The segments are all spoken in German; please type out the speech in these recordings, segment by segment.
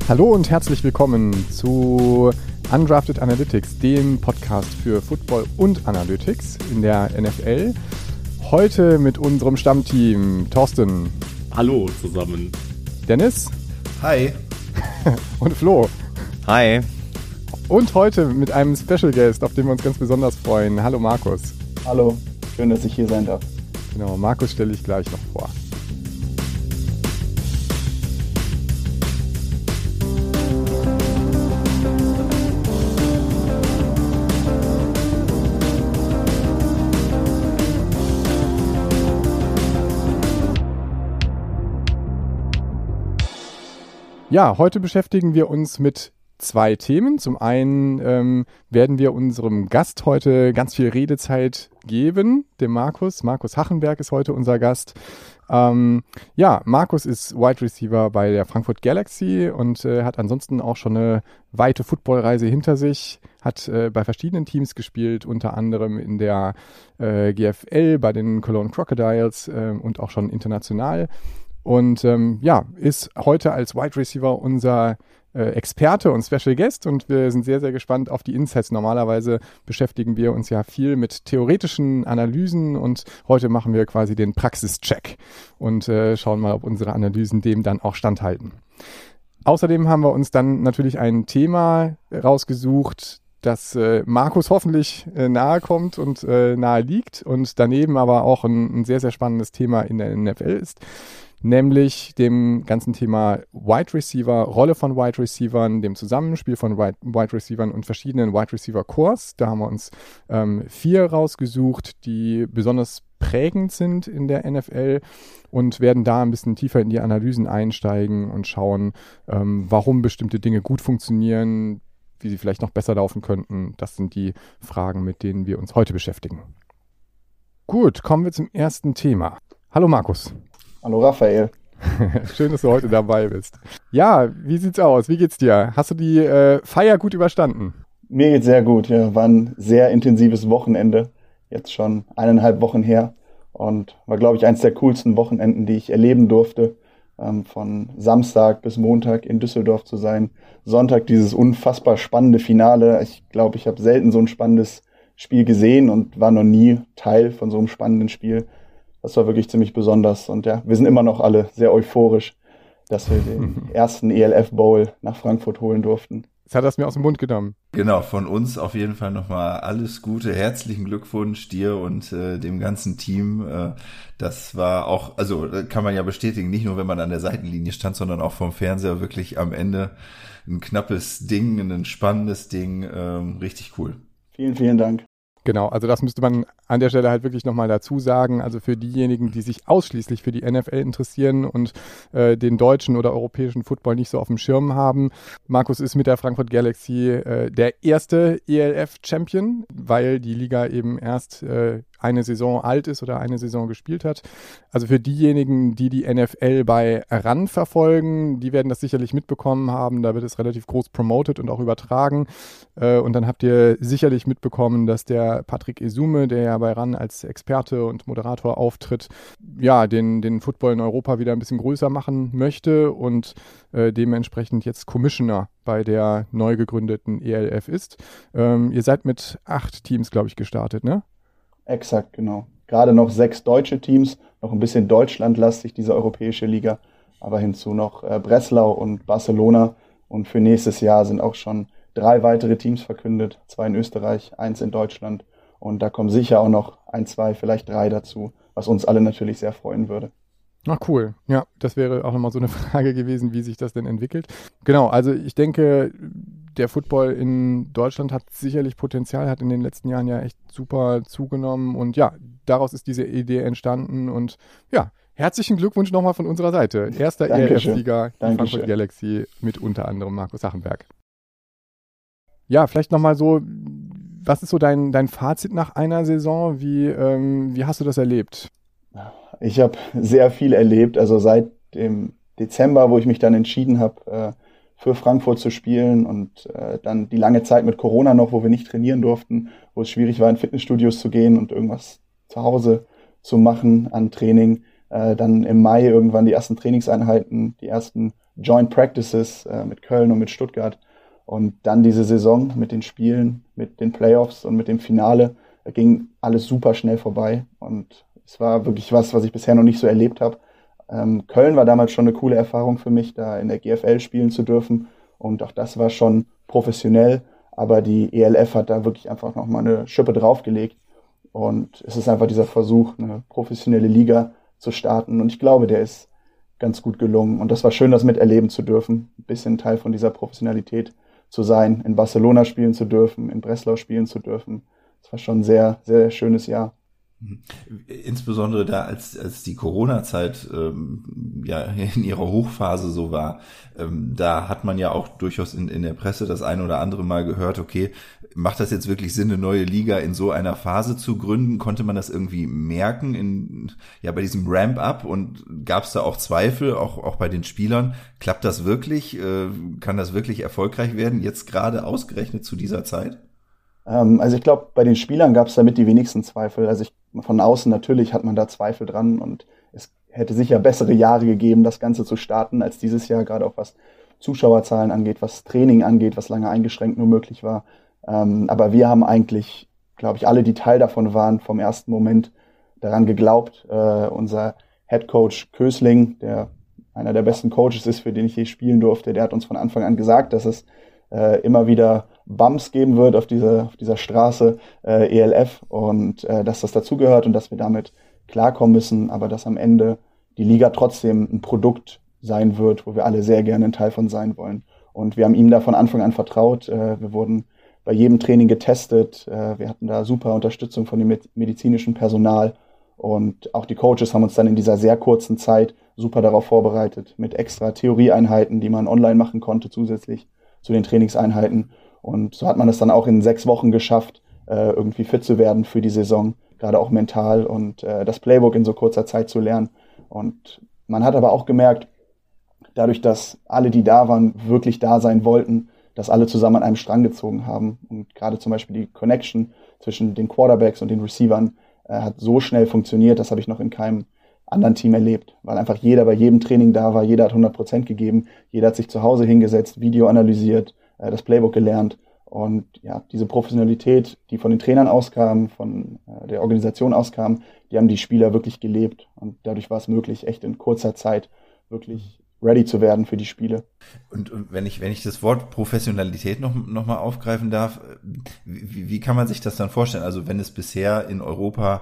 Hallo und herzlich willkommen zu Undrafted Analytics, dem Podcast für Football und Analytics in der NFL. Heute mit unserem Stammteam Thorsten. Hallo zusammen. Dennis. Hi. Und Flo. Hi. Und heute mit einem Special Guest, auf den wir uns ganz besonders freuen. Hallo Markus. Hallo, schön, dass ich hier sein darf. Genau, Markus stelle ich gleich noch vor. Ja, heute beschäftigen wir uns mit zwei Themen. Zum einen werden wir unserem Gast heute ganz viel Redezeit geben, dem Markus. Markus Hachenberg ist heute unser Gast. Markus ist Wide Receiver bei der Frankfurt Galaxy und hat ansonsten auch schon eine weite Footballreise hinter sich, hat bei verschiedenen Teams gespielt, unter anderem in der GFL, bei den Cologne Crocodiles und auch schon international. Und ist heute als Wide Receiver unser Experte und Special Guest und wir sind sehr, sehr gespannt auf die Insights. Normalerweise beschäftigen wir uns ja viel mit theoretischen Analysen und heute machen wir quasi den Praxischeck und schauen mal, ob unsere Analysen dem dann auch standhalten. Außerdem haben wir uns dann natürlich ein Thema rausgesucht, das Markus hoffentlich nahe kommt und nahe liegt und daneben aber auch ein sehr, sehr spannendes Thema in der NFL ist. Nämlich dem ganzen Thema Wide Receiver, Rolle von Wide Receivern, dem Zusammenspiel von Wide Receivern und verschiedenen Wide Receiver Cores. Da haben wir uns 4 rausgesucht, die besonders prägend sind in der NFL und werden da ein bisschen tiefer in die Analysen einsteigen und schauen, warum bestimmte Dinge gut funktionieren, wie sie vielleicht noch besser laufen könnten. Das sind die Fragen, mit denen wir uns heute beschäftigen. Gut, kommen wir zum ersten Thema. Hallo Markus. Hallo Raphael. Schön, dass du heute dabei bist. Ja, wie sieht's aus? Wie geht's dir? Hast du die Feier gut überstanden? Mir geht's sehr gut. Ja, war ein sehr intensives Wochenende. Jetzt schon 1,5 Wochen her. Und war, glaube ich, eins der coolsten Wochenenden, die ich erleben durfte. Von Samstag bis Montag in Düsseldorf zu sein. Sonntag dieses unfassbar spannende Finale. Ich glaube, ich habe selten so ein spannendes Spiel gesehen und war noch nie Teil von so einem spannenden Spiel. Das war wirklich ziemlich besonders und ja, wir sind immer noch alle sehr euphorisch, dass wir den ersten ELF Bowl nach Frankfurt holen durften. Jetzt hat er es mir aus dem Mund genommen. Genau, von uns auf jeden Fall nochmal alles Gute, herzlichen Glückwunsch dir und dem ganzen Team. Das war auch, also kann man ja bestätigen, nicht nur wenn man an der Seitenlinie stand, sondern auch vom Fernseher wirklich am Ende ein knappes Ding, ein spannendes Ding, richtig cool. Vielen, vielen Dank. Genau, also das müsste man an der Stelle halt wirklich nochmal dazu sagen. Also für diejenigen, die sich ausschließlich für die NFL interessieren und den deutschen oder europäischen Football nicht so auf dem Schirm haben. Markus ist mit der Frankfurt Galaxy der erste ELF-Champion, weil die Liga eben erst eine Saison alt ist oder eine Saison gespielt hat. Also für diejenigen, die die NFL bei RAN verfolgen, die werden das sicherlich mitbekommen haben. Da wird es relativ groß promoted und auch übertragen. Und dann habt ihr sicherlich mitbekommen, dass der Patrick Esume, der ja bei RAN als Experte und Moderator auftritt, ja, den Football in Europa wieder ein bisschen größer machen möchte und dementsprechend jetzt Commissioner bei der neu gegründeten ELF ist. Ihr seid mit 8 Teams, glaube ich, gestartet, ne? Exakt, genau. Gerade noch 6 deutsche Teams, noch ein bisschen deutschlandlastig, diese europäische Liga, aber hinzu noch Breslau und Barcelona und für nächstes Jahr sind auch schon 3 weitere Teams verkündet, 2 in Österreich, 1 in Deutschland und da kommen sicher auch noch 1, 2, vielleicht 3 dazu, was uns alle natürlich sehr freuen würde. Ach cool, ja, das wäre auch nochmal so eine Frage gewesen, wie sich das denn entwickelt. Genau, also ich denke, der Football in Deutschland hat sicherlich Potenzial, hat in den letzten Jahren ja echt super zugenommen und ja, daraus ist diese Idee entstanden und ja, herzlichen Glückwunsch nochmal von unserer Seite. Erster ELF-Sieger, die Frankfurt Galaxy mit unter anderem Markus Hachenberg. Ja, vielleicht nochmal so, was ist so dein Fazit nach einer Saison? Wie hast du das erlebt? Ich habe sehr viel erlebt, also seit dem Dezember, wo ich mich dann entschieden habe, für Frankfurt zu spielen und dann die lange Zeit mit Corona noch, wo wir nicht trainieren durften, wo es schwierig war, in Fitnessstudios zu gehen und irgendwas zu Hause zu machen an Training. Dann im Mai irgendwann die ersten Trainingseinheiten, die ersten Joint Practices mit Köln und mit Stuttgart. Und dann diese Saison mit den Spielen, mit den Playoffs und mit dem Finale, da ging alles super schnell vorbei. Und es war wirklich was ich bisher noch nicht so erlebt habe. Köln war damals schon eine coole Erfahrung für mich, da in der GFL spielen zu dürfen. Und auch das war schon professionell. Aber die ELF hat da wirklich einfach nochmal eine Schippe draufgelegt. Und es ist einfach dieser Versuch, eine professionelle Liga zu starten. Und ich glaube, der ist ganz gut gelungen. Und das war schön, das miterleben zu dürfen. Ein bisschen Teil von dieser Professionalität zu sein, in Barcelona spielen zu dürfen, in Breslau spielen zu dürfen. Das war schon ein sehr, sehr schönes Jahr. Insbesondere da, als die Corona-Zeit ja in ihrer Hochphase so war, da hat man ja auch durchaus in der Presse das eine oder andere Mal gehört, okay, macht das jetzt wirklich Sinn, eine neue Liga in so einer Phase zu gründen? Konnte man das irgendwie merken bei diesem Ramp-up, und gab es da auch Zweifel, auch bei den Spielern? Klappt das wirklich? Kann das wirklich erfolgreich werden, jetzt gerade ausgerechnet zu dieser Zeit? Also ich glaube, bei den Spielern gab es damit die wenigsten Zweifel. Also von außen natürlich hat man da Zweifel dran, und es hätte sicher bessere Jahre gegeben, das Ganze zu starten, als dieses Jahr, gerade auch was Zuschauerzahlen angeht, was Training angeht, was lange eingeschränkt nur möglich war. Aber wir haben eigentlich, glaube ich, alle, die Teil davon waren, vom ersten Moment daran geglaubt. Unser Head Coach Kösling, der einer der besten Coaches ist, für den ich je spielen durfte, der hat uns von Anfang an gesagt, dass es immer wieder Bumps geben wird auf dieser Straße ELF, und dass das dazugehört und dass wir damit klarkommen müssen, aber dass am Ende die Liga trotzdem ein Produkt sein wird, wo wir alle sehr gerne ein Teil von sein wollen. Und wir haben ihm da von Anfang an vertraut. Wir wurden bei jedem Training getestet. Wir hatten da super Unterstützung von dem medizinischen Personal, und auch die Coaches haben uns dann in dieser sehr kurzen Zeit super darauf vorbereitet, mit extra Theorieeinheiten, die man online machen konnte, zusätzlich zu den Trainingseinheiten. Und so hat man es dann auch in 6 Wochen geschafft, irgendwie fit zu werden für die Saison, gerade auch mental, und das Playbook in so kurzer Zeit zu lernen. Und man hat aber auch gemerkt, dadurch, dass alle, die da waren, wirklich da sein wollten, dass alle zusammen an einem Strang gezogen haben. Und gerade zum Beispiel die Connection zwischen den Quarterbacks und den Receivern hat so schnell funktioniert, das habe ich noch in keinem anderen Team erlebt, weil einfach jeder bei jedem Training da war, jeder hat 100% gegeben, jeder hat sich zu Hause hingesetzt, Video analysiert, das Playbook gelernt, und ja, diese Professionalität, die von den Trainern auskam, von der Organisation auskam, die haben die Spieler wirklich gelebt, und dadurch war es möglich, echt in kurzer Zeit wirklich ready zu werden für die Spiele. Und wenn ich das Wort Professionalität noch mal aufgreifen darf, wie kann man sich das dann vorstellen? Also wenn es bisher in Europa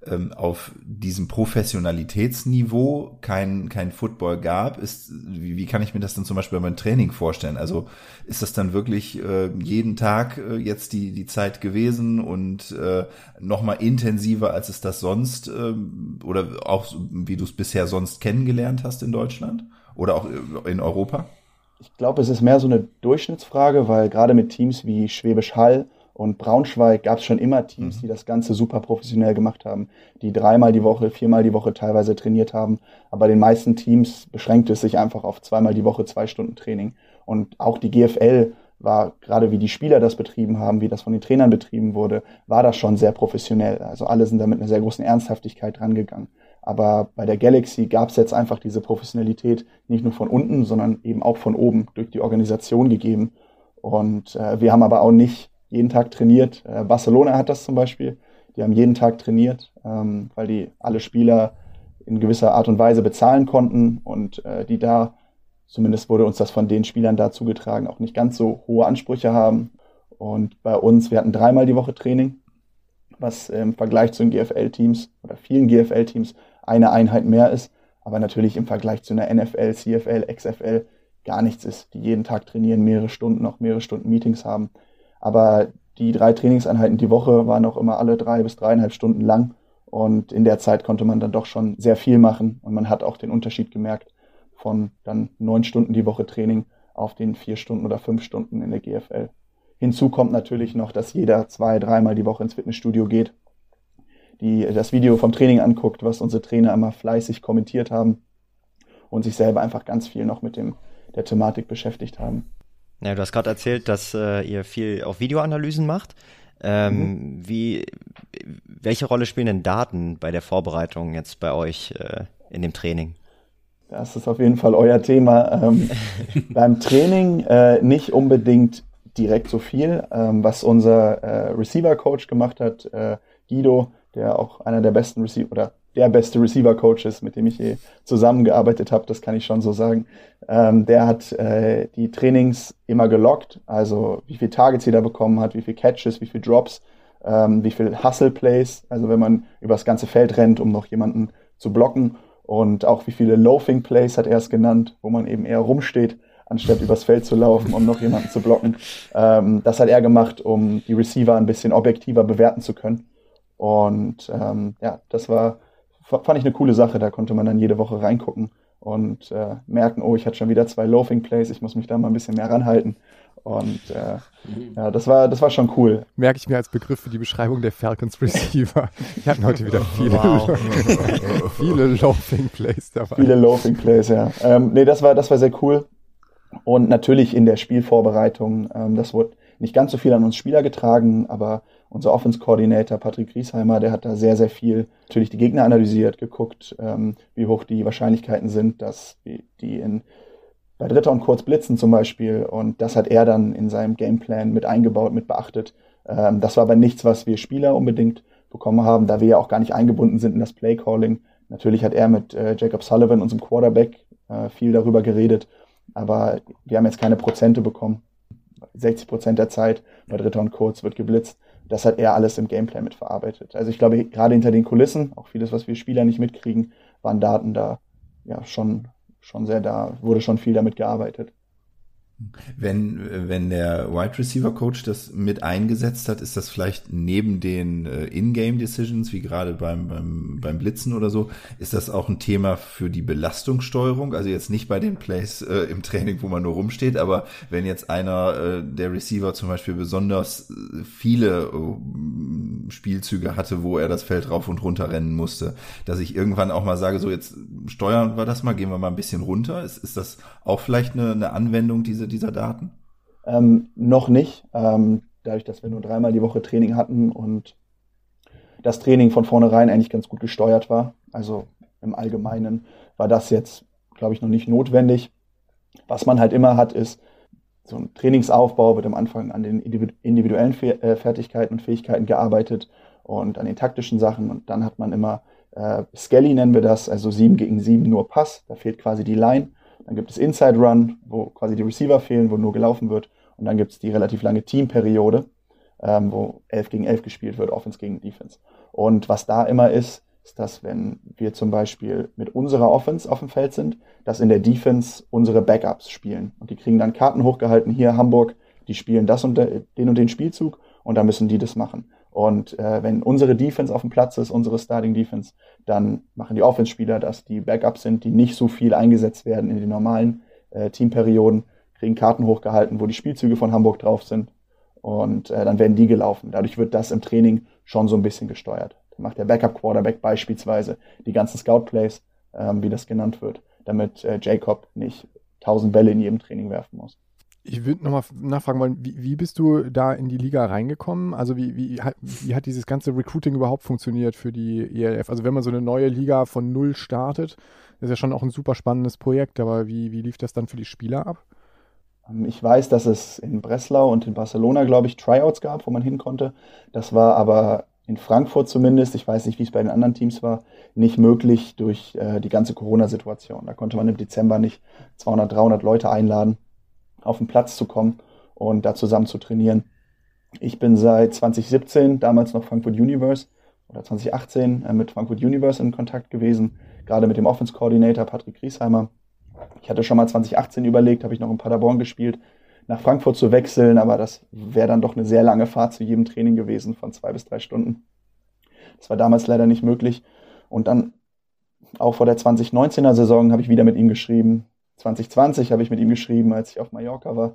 auf diesem Professionalitätsniveau kein Football gab, wie kann ich mir das dann zum Beispiel beim Training vorstellen? Also ist das dann wirklich jeden Tag jetzt die Zeit gewesen und noch mal intensiver, als es das sonst oder auch wie du es bisher sonst kennengelernt hast in Deutschland oder auch in Europa? Ich glaube, es ist mehr so eine Durchschnittsfrage, weil gerade mit Teams wie Schwäbisch Hall und Braunschweig gab es schon immer Teams, die das Ganze super professionell gemacht haben, die 3-mal die Woche, 4-mal die Woche teilweise trainiert haben. Aber bei den meisten Teams beschränkte es sich einfach auf 2-mal die Woche 2 Stunden Training. Und auch die GFL war, gerade wie die Spieler das betrieben haben, wie das von den Trainern betrieben wurde, war das schon sehr professionell. Also alle sind da mit einer sehr großen Ernsthaftigkeit rangegangen. Aber bei der Galaxy gab es jetzt einfach diese Professionalität nicht nur von unten, sondern eben auch von oben durch die Organisation gegeben. Und wir haben aber auch nicht jeden Tag trainiert. Barcelona hat das zum Beispiel. Die haben jeden Tag trainiert, weil die alle Spieler in gewisser Art und Weise bezahlen konnten, und die da, zumindest wurde uns das von den Spielern da zugetragen, auch nicht ganz so hohe Ansprüche haben. Und bei uns, wir hatten 3-mal die Woche Training, was im Vergleich zu den GFL-Teams oder vielen GFL-Teams eine Einheit mehr ist, aber natürlich im Vergleich zu einer NFL, CFL, XFL gar nichts ist, die jeden Tag trainieren, mehrere Stunden Meetings haben. Aber die 3 Trainingseinheiten die Woche waren auch immer alle 3 bis 3,5 Stunden lang, und in der Zeit konnte man dann doch schon sehr viel machen, und man hat auch den Unterschied gemerkt von dann 9 Stunden die Woche Training auf den 4 Stunden oder 5 Stunden in der GFL. Hinzu kommt natürlich noch, dass jeder 2-3 Mal die Woche ins Fitnessstudio geht, die das Video vom Training anguckt, was unsere Trainer immer fleißig kommentiert haben, und sich selber einfach ganz viel noch mit der Thematik beschäftigt haben. Ja, du hast gerade erzählt, dass ihr viel auf Videoanalysen macht. Welche Rolle spielen denn Daten bei der Vorbereitung jetzt bei euch in dem Training? Das ist auf jeden Fall euer Thema. Beim Training nicht unbedingt direkt so viel. Was unser Receiver-Coach gemacht hat, Guido, der auch einer der besten Receiver oder der beste Receiver-Coach ist, mit dem ich je zusammengearbeitet habe, das kann ich schon so sagen. Der hat die Trainings immer geloggt, also wie viele Targets jeder bekommen hat, wie viele Catches, wie viele Drops, wie viele Hustle-Plays, also wenn man über das ganze Feld rennt, um noch jemanden zu blocken, und auch wie viele Loafing-Plays hat er es genannt, wo man eben eher rumsteht, anstatt übers Feld zu laufen, um noch jemanden zu blocken. Das hat er gemacht, um die Receiver ein bisschen objektiver bewerten zu können. Und das fand ich eine coole Sache. Da konnte man dann jede Woche reingucken und merken, oh, ich hatte schon wieder 2 Loafing Plays, ich muss mich da mal ein bisschen mehr ranhalten. Und das war schon cool. Merke ich mir als Begriff für die Beschreibung der Falcons Receiver. Wir hatten heute wieder viele Loafing Plays dabei. Viele Loafing Plays, ja. Das war sehr cool. Und natürlich in der Spielvorbereitung, das wurde nicht ganz so viel an uns Spieler getragen, aber unser Offense-Coordinator Patrick Griesheimer, der hat da sehr, sehr viel natürlich die Gegner analysiert, geguckt, wie hoch die Wahrscheinlichkeiten sind, dass die bei Dritter und Kurz blitzen zum Beispiel. Und das hat er dann in seinem Gameplan mit eingebaut, mit beachtet. Das war aber nichts, was wir Spieler unbedingt bekommen haben, da wir ja auch gar nicht eingebunden sind in das Play-Calling. Natürlich hat er mit Jacob Sullivan, unserem Quarterback, viel darüber geredet, aber wir haben jetzt keine Prozente bekommen. 60% der Zeit bei Dritter und Kurz wird geblitzt. Das hat er alles im Gameplan mitverarbeitet. Also ich glaube, gerade hinter den Kulissen, auch vieles, was wir Spieler nicht mitkriegen, waren Daten da ja schon sehr da, wurde schon viel damit gearbeitet. Wenn der Wide Receiver Coach das mit eingesetzt hat, ist das vielleicht neben den In-Game Decisions, wie gerade beim Blitzen oder so, ist das auch ein Thema für die Belastungssteuerung? Also jetzt nicht bei den Plays im Training, wo man nur rumsteht, aber wenn jetzt einer der Receiver zum Beispiel besonders viele Spielzüge hatte, wo er das Feld rauf und runter rennen musste, dass ich irgendwann auch mal sage, so jetzt steuern wir das mal, gehen wir mal ein bisschen runter. Ist das auch vielleicht eine Anwendung dieser Daten? Noch nicht. Dadurch, dass wir nur 3-mal die Woche Training hatten und das Training von vornherein eigentlich ganz gut gesteuert war. Also im Allgemeinen war das jetzt, glaube ich, noch nicht notwendig. Was man halt immer hat, ist, so ein Trainingsaufbau wird am Anfang an den individuellen Fertigkeiten und Fähigkeiten gearbeitet und an den taktischen Sachen. Und dann hat man immer Skelly nennen wir das, also 7 gegen 7 nur Pass. Da fehlt quasi die Line. Dann gibt es Inside Run, wo quasi die Receiver fehlen, wo nur gelaufen wird. Und dann gibt es die relativ lange Teamperiode, wo 11 gegen 11 gespielt wird, Offense gegen Defense. Und was da immer ist, dass wenn wir zum Beispiel mit unserer Offense auf dem Feld sind, dass in der Defense unsere Backups spielen. Und die kriegen dann Karten hochgehalten, hier Hamburg, die spielen das und den Spielzug und dann müssen die das machen. Und wenn unsere Defense auf dem Platz ist, unsere Starting Defense, dann machen die Offense-Spieler, dass die Backups sind, die nicht so viel eingesetzt werden in den normalen Teamperioden, kriegen Karten hochgehalten, wo die Spielzüge von Hamburg drauf sind und dann werden die gelaufen. Dadurch wird das im Training schon so ein bisschen gesteuert. Dann macht der Backup-Quarterback beispielsweise die ganzen Scout-Plays, wie das genannt wird, damit Jacob nicht 1000 Bälle in jedem Training werfen muss. Ich würde nochmal nachfragen wollen, wie bist du da in die Liga reingekommen? Also wie hat dieses ganze Recruiting überhaupt funktioniert für die ELF? Also wenn man so eine neue Liga von null startet, das ist ja schon auch ein super spannendes Projekt, aber wie lief das dann für die Spieler ab? Ich weiß, dass es in Breslau und in Barcelona, glaube ich, Tryouts gab, wo man hin konnte. Das war aber in Frankfurt zumindest, ich weiß nicht, wie es bei den anderen Teams war, nicht möglich durch die ganze Corona-Situation. Da konnte man im Dezember nicht 200, 300 Leute einladen, auf den Platz zu kommen und da zusammen zu trainieren. Ich bin seit 2017, damals noch Frankfurt Universe, oder 2018 mit Frankfurt Universe in Kontakt gewesen, gerade mit dem Offense Coordinator Patrick Griesheimer. Ich hatte schon mal 2018 überlegt, habe ich noch in Paderborn gespielt, nach Frankfurt zu wechseln, aber das wäre dann doch eine sehr lange Fahrt zu jedem Training gewesen von 2 bis 3 Stunden. Das war damals leider nicht möglich. Und dann auch vor der 2019er Saison habe ich wieder mit ihm geschrieben. 2020 habe ich mit ihm geschrieben, als ich auf Mallorca war.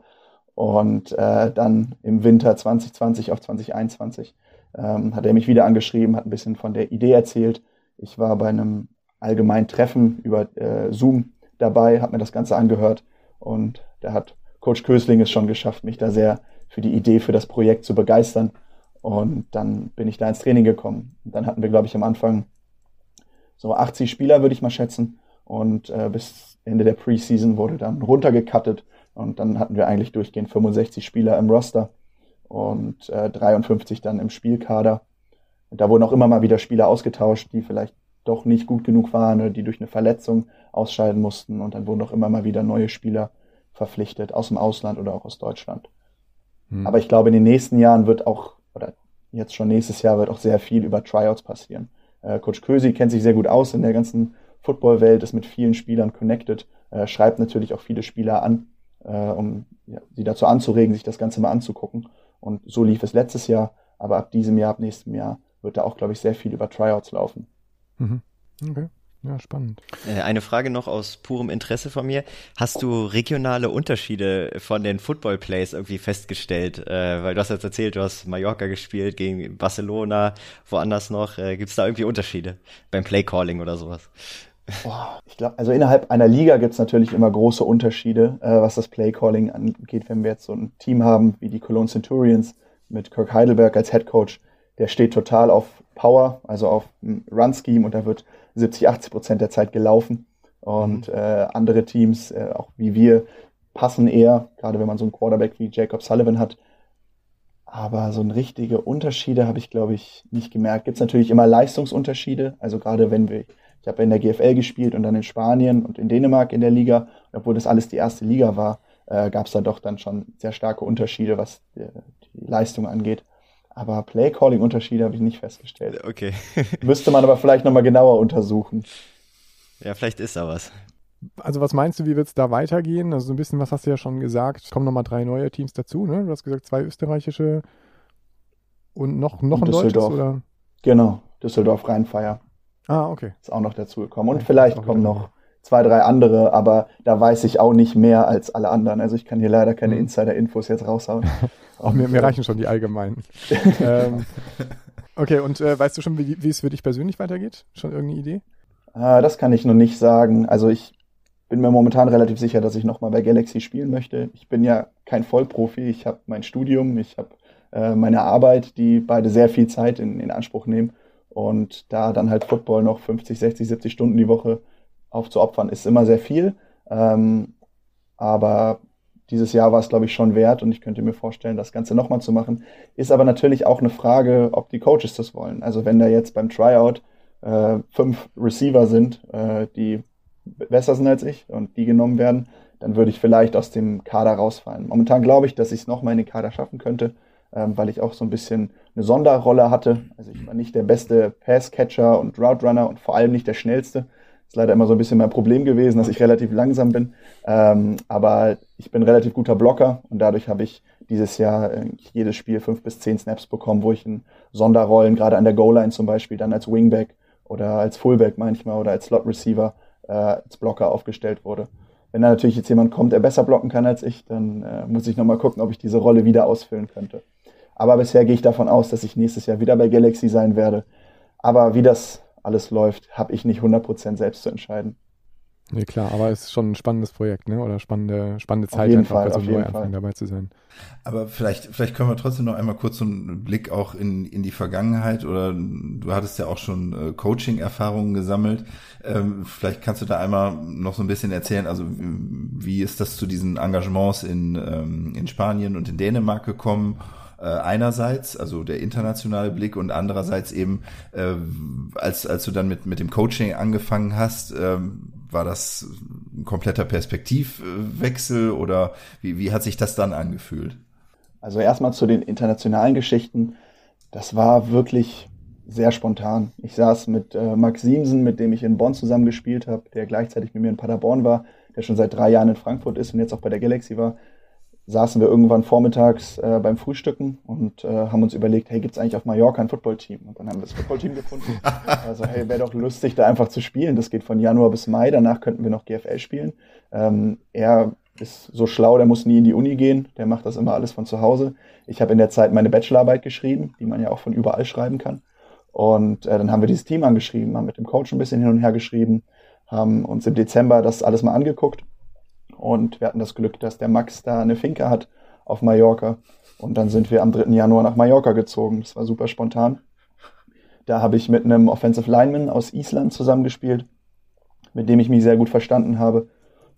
Und dann im Winter 2020 auf 2021 hat er mich wieder angeschrieben, hat ein bisschen von der Idee erzählt. Ich war bei einem allgemeinen Treffen über Zoom dabei, habe mir das Ganze angehört und da hat Coach Kösling es schon geschafft, mich da sehr für die Idee, für das Projekt zu begeistern. Und dann bin ich da ins Training gekommen. Und dann hatten wir, glaube ich, am Anfang so 80 Spieler, würde ich mal schätzen. und bis Ende der Preseason wurde dann runtergecuttet und dann hatten wir eigentlich durchgehend 65 Spieler im Roster und 53 dann im Spielkader. Und da wurden auch immer mal wieder Spieler ausgetauscht, die vielleicht doch nicht gut genug waren oder die durch eine Verletzung ausscheiden mussten. Und dann wurden auch immer mal wieder neue Spieler verpflichtet, aus dem Ausland oder auch aus Deutschland. Aber ich glaube, in den nächsten Jahren wird auch, oder jetzt schon nächstes Jahr, wird auch sehr viel über Tryouts passieren. Coach Kösi kennt sich sehr gut aus in der ganzen Football-Welt, ist mit vielen Spielern connected, schreibt natürlich auch viele Spieler an, um sie dazu anzuregen, sich das Ganze mal anzugucken. Und so lief es letztes Jahr, aber ab diesem Jahr, ab nächstem Jahr wird da auch, glaube ich, sehr viel über Tryouts laufen. Okay, ja, spannend. Eine Frage noch aus purem Interesse von mir. Hast du regionale Unterschiede von den Football-Plays irgendwie festgestellt? Weil du hast jetzt erzählt, du hast Mallorca gespielt gegen Barcelona, woanders noch. Gibt es da irgendwie Unterschiede beim Play-Calling oder sowas? Ich glaube, also innerhalb einer Liga gibt es natürlich immer große Unterschiede, was das Play-Calling angeht. Wenn wir jetzt so ein Team haben wie die Cologne Centurions mit Kirk Heidelberg als Head Coach, der steht total auf Power, also auf Run-Scheme, und da wird 70-80% der Zeit gelaufen. Und andere Teams, auch wie wir, passen eher, gerade wenn man so einen Quarterback wie Jacob Sullivan hat. Aber so eine richtige Unterschiede habe ich, glaube ich, nicht gemerkt. Gibt es natürlich immer Leistungsunterschiede, also gerade wenn ich habe in der GFL gespielt und dann in Spanien und in Dänemark in der Liga, obwohl das alles die erste Liga war, gab es da doch dann schon sehr starke Unterschiede, was die Leistung angeht. Aber Play-Calling-Unterschiede habe ich nicht festgestellt. Okay. Müsste man aber vielleicht nochmal genauer untersuchen. Ja, vielleicht ist da was. Also was meinst du, wie wird es da weitergehen? Also so ein bisschen, was hast du ja schon gesagt, es kommen nochmal 3 neue Teams dazu, ne? Du hast gesagt 2 österreichische und noch ein deutsches, oder? Genau, Düsseldorf Rheinfeier. Ah, okay. Ist auch noch dazugekommen. Und vielleicht kommen noch 2, 3 andere, aber da weiß ich auch nicht mehr als alle anderen. Also ich kann hier leider keine Insider-Infos jetzt raushauen. Auch mir reichen schon die allgemeinen. Okay, und weißt du schon, wie es für dich persönlich weitergeht? Schon irgendeine Idee? Das kann ich noch nicht sagen. Also ich bin mir momentan relativ sicher, dass ich nochmal bei Galaxy spielen möchte. Ich bin ja kein Vollprofi. Ich habe mein Studium, ich habe meine Arbeit, die beide sehr viel Zeit in Anspruch nehmen. Und da dann halt Football noch 50, 60, 70 Stunden die Woche aufzuopfern, ist immer sehr viel. Aber dieses Jahr war es, glaube ich, schon wert und ich könnte mir vorstellen, das Ganze nochmal zu machen. Ist aber natürlich auch eine Frage, ob die Coaches das wollen. Also wenn da jetzt beim Tryout 5 Receiver sind, die besser sind als ich und die genommen werden, dann würde ich vielleicht aus dem Kader rausfallen. Momentan glaube ich, dass ich es nochmal in den Kader schaffen könnte, weil ich auch so ein bisschen eine Sonderrolle hatte. Also ich war nicht der beste Passcatcher und Route Runner und vor allem nicht der schnellste. Das ist leider immer so ein bisschen mein Problem gewesen, dass ich relativ langsam bin. Aber ich bin relativ guter Blocker und dadurch habe ich dieses Jahr jedes Spiel 5 bis 10 Snaps bekommen, wo ich in Sonderrollen, gerade an der Goal-Line zum Beispiel, dann als Wingback oder als Fullback manchmal oder als Slot-Receiver als Blocker aufgestellt wurde. Wenn da natürlich jetzt jemand kommt, der besser blocken kann als ich, dann muss ich nochmal gucken, ob ich diese Rolle wieder ausfüllen könnte. Aber bisher gehe ich davon aus, dass ich nächstes Jahr wieder bei Galaxy sein werde. Aber wie das alles läuft, habe ich nicht 100% selbst zu entscheiden. Nee, klar, aber es ist schon ein spannendes Projekt, ne? Oder spannende Zeit, einfach bei so einem Neuanfang dabei zu sein. Aber vielleicht können wir trotzdem noch einmal kurz so einen Blick auch in die Vergangenheit, oder du hattest ja auch schon Coaching-Erfahrungen gesammelt. Vielleicht kannst du da einmal noch so ein bisschen erzählen, also wie ist das zu diesen Engagements in Spanien und in Dänemark gekommen? Einerseits, also der internationale Blick, und andererseits eben, als du dann mit dem Coaching angefangen hast, war das ein kompletter Perspektivwechsel oder wie hat sich das dann angefühlt? Also erstmal zu den internationalen Geschichten. Das war wirklich sehr spontan. Ich saß mit Max Siemsen, mit dem ich in Bonn zusammen gespielt habe, der gleichzeitig mit mir in Paderborn war, der schon seit 3 Jahren in Frankfurt ist und jetzt auch bei der Galaxy war. Saßen wir irgendwann vormittags beim Frühstücken und haben uns überlegt, hey, gibt's eigentlich auf Mallorca ein Footballteam? Und dann haben wir das Footballteam gefunden. Also hey, wäre doch lustig, da einfach zu spielen. Das geht von Januar bis Mai, danach könnten wir noch GFL spielen. Er ist so schlau, der muss nie in die Uni gehen, der macht das immer alles von zu Hause. Ich habe in der Zeit meine Bachelorarbeit geschrieben, die man ja auch von überall schreiben kann. Und dann haben wir dieses Team angeschrieben, haben mit dem Coach ein bisschen hin und her geschrieben, haben uns im Dezember das alles mal angeguckt. Und wir hatten das Glück, dass der Max da eine Finca hat auf Mallorca. Und dann sind wir am 3. Januar nach Mallorca gezogen. Das war super spontan. Da habe ich mit einem Offensive Lineman aus Island zusammengespielt. mit dem ich mich sehr gut verstanden habe.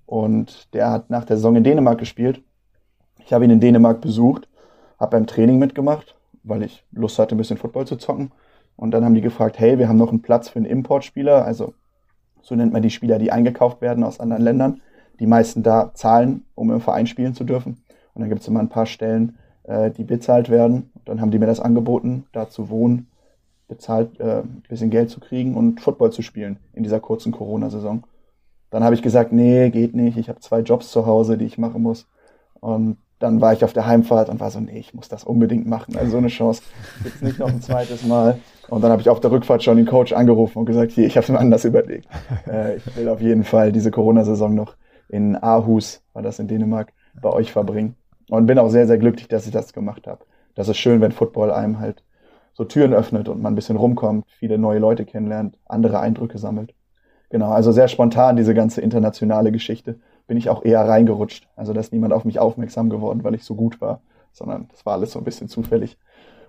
Und der hat nach der Saison in Dänemark gespielt. Ich habe ihn in Dänemark besucht, habe beim Training mitgemacht, weil ich Lust hatte, ein bisschen Football zu zocken. Und dann haben die gefragt, hey, wir haben noch einen Platz für einen Importspieler, also so nennt man die Spieler, die eingekauft werden aus anderen Ländern. Die meisten da zahlen, um im Verein spielen zu dürfen. Und dann gibt es immer ein paar Stellen, die bezahlt werden. Und dann haben die mir das angeboten, da zu wohnen, bezahlt, ein bisschen Geld zu kriegen und Football zu spielen in dieser kurzen Corona-Saison. Dann habe ich gesagt, nee, geht nicht, ich habe 2 Jobs zu Hause, die ich machen muss. Und dann war ich auf der Heimfahrt und war so, nee, ich muss das unbedingt machen. Also so eine Chance gibt's nicht noch ein zweites Mal. Und dann habe ich auf der Rückfahrt schon den Coach angerufen und gesagt, hier, ich habe es mir anders überlegt. Ich will auf jeden Fall diese Corona-Saison noch in Aarhus, war das in Dänemark, bei euch verbringen. Und bin auch sehr, sehr glücklich, dass ich das gemacht habe. Das ist schön, wenn Football einem halt so Türen öffnet und man ein bisschen rumkommt, viele neue Leute kennenlernt, andere Eindrücke sammelt. Genau, also sehr spontan diese ganze internationale Geschichte. Bin ich auch eher reingerutscht. Also da ist niemand auf mich aufmerksam geworden, weil ich so gut war, sondern das war alles so ein bisschen zufällig.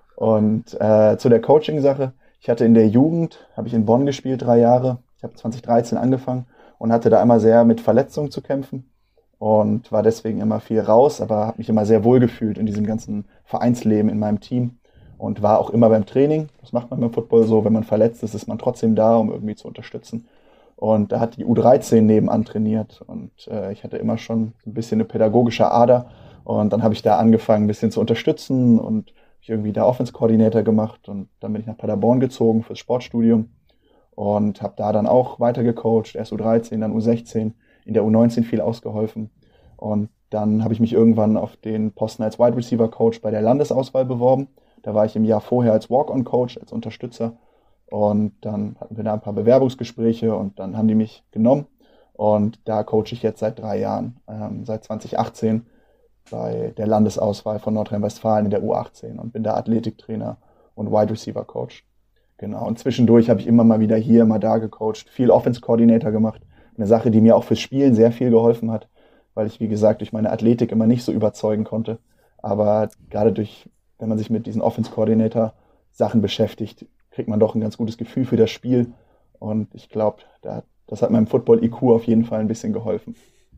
Und zu der Coaching-Sache. Ich hatte in der Jugend, habe ich in Bonn gespielt, 3 Jahre. Ich habe 2013 angefangen und hatte da immer sehr mit Verletzungen zu kämpfen und war deswegen immer viel raus, aber habe mich immer sehr wohl gefühlt in diesem ganzen Vereinsleben in meinem Team und war auch immer beim Training. Das macht man beim Football so, wenn man verletzt ist, ist man trotzdem da, um irgendwie zu unterstützen. Und da hat die U13 nebenan trainiert und ich hatte immer schon ein bisschen eine pädagogische Ader und dann habe ich da angefangen, ein bisschen zu unterstützen und ich irgendwie da Offense-Coordinator gemacht und dann bin ich nach Paderborn gezogen fürs Sportstudium und habe da dann auch weiter gecoacht, erst U13, dann U16, in der U19 viel ausgeholfen und dann habe ich mich irgendwann auf den Posten als Wide Receiver Coach bei der Landesauswahl beworben. Da war ich im Jahr vorher als Walk-on-Coach, als Unterstützer und dann hatten wir da ein paar Bewerbungsgespräche und dann haben die mich genommen und da coache ich jetzt seit 3 Jahren, seit 2018 bei der Landesauswahl von Nordrhein-Westfalen in der U18 und bin da Athletiktrainer und Wide Receiver Coach. Genau, und zwischendurch habe ich immer mal wieder hier, mal da gecoacht, viel Offense Coordinator gemacht. Eine Sache, die mir auch fürs Spielen sehr viel geholfen hat, weil ich, wie gesagt, durch meine Athletik immer nicht so überzeugen konnte. Aber gerade wenn man sich mit diesen Offense Coordinator Sachen beschäftigt, kriegt man doch ein ganz gutes Gefühl für das Spiel. Und ich glaube, das hat meinem Football-IQ auf jeden Fall ein bisschen geholfen.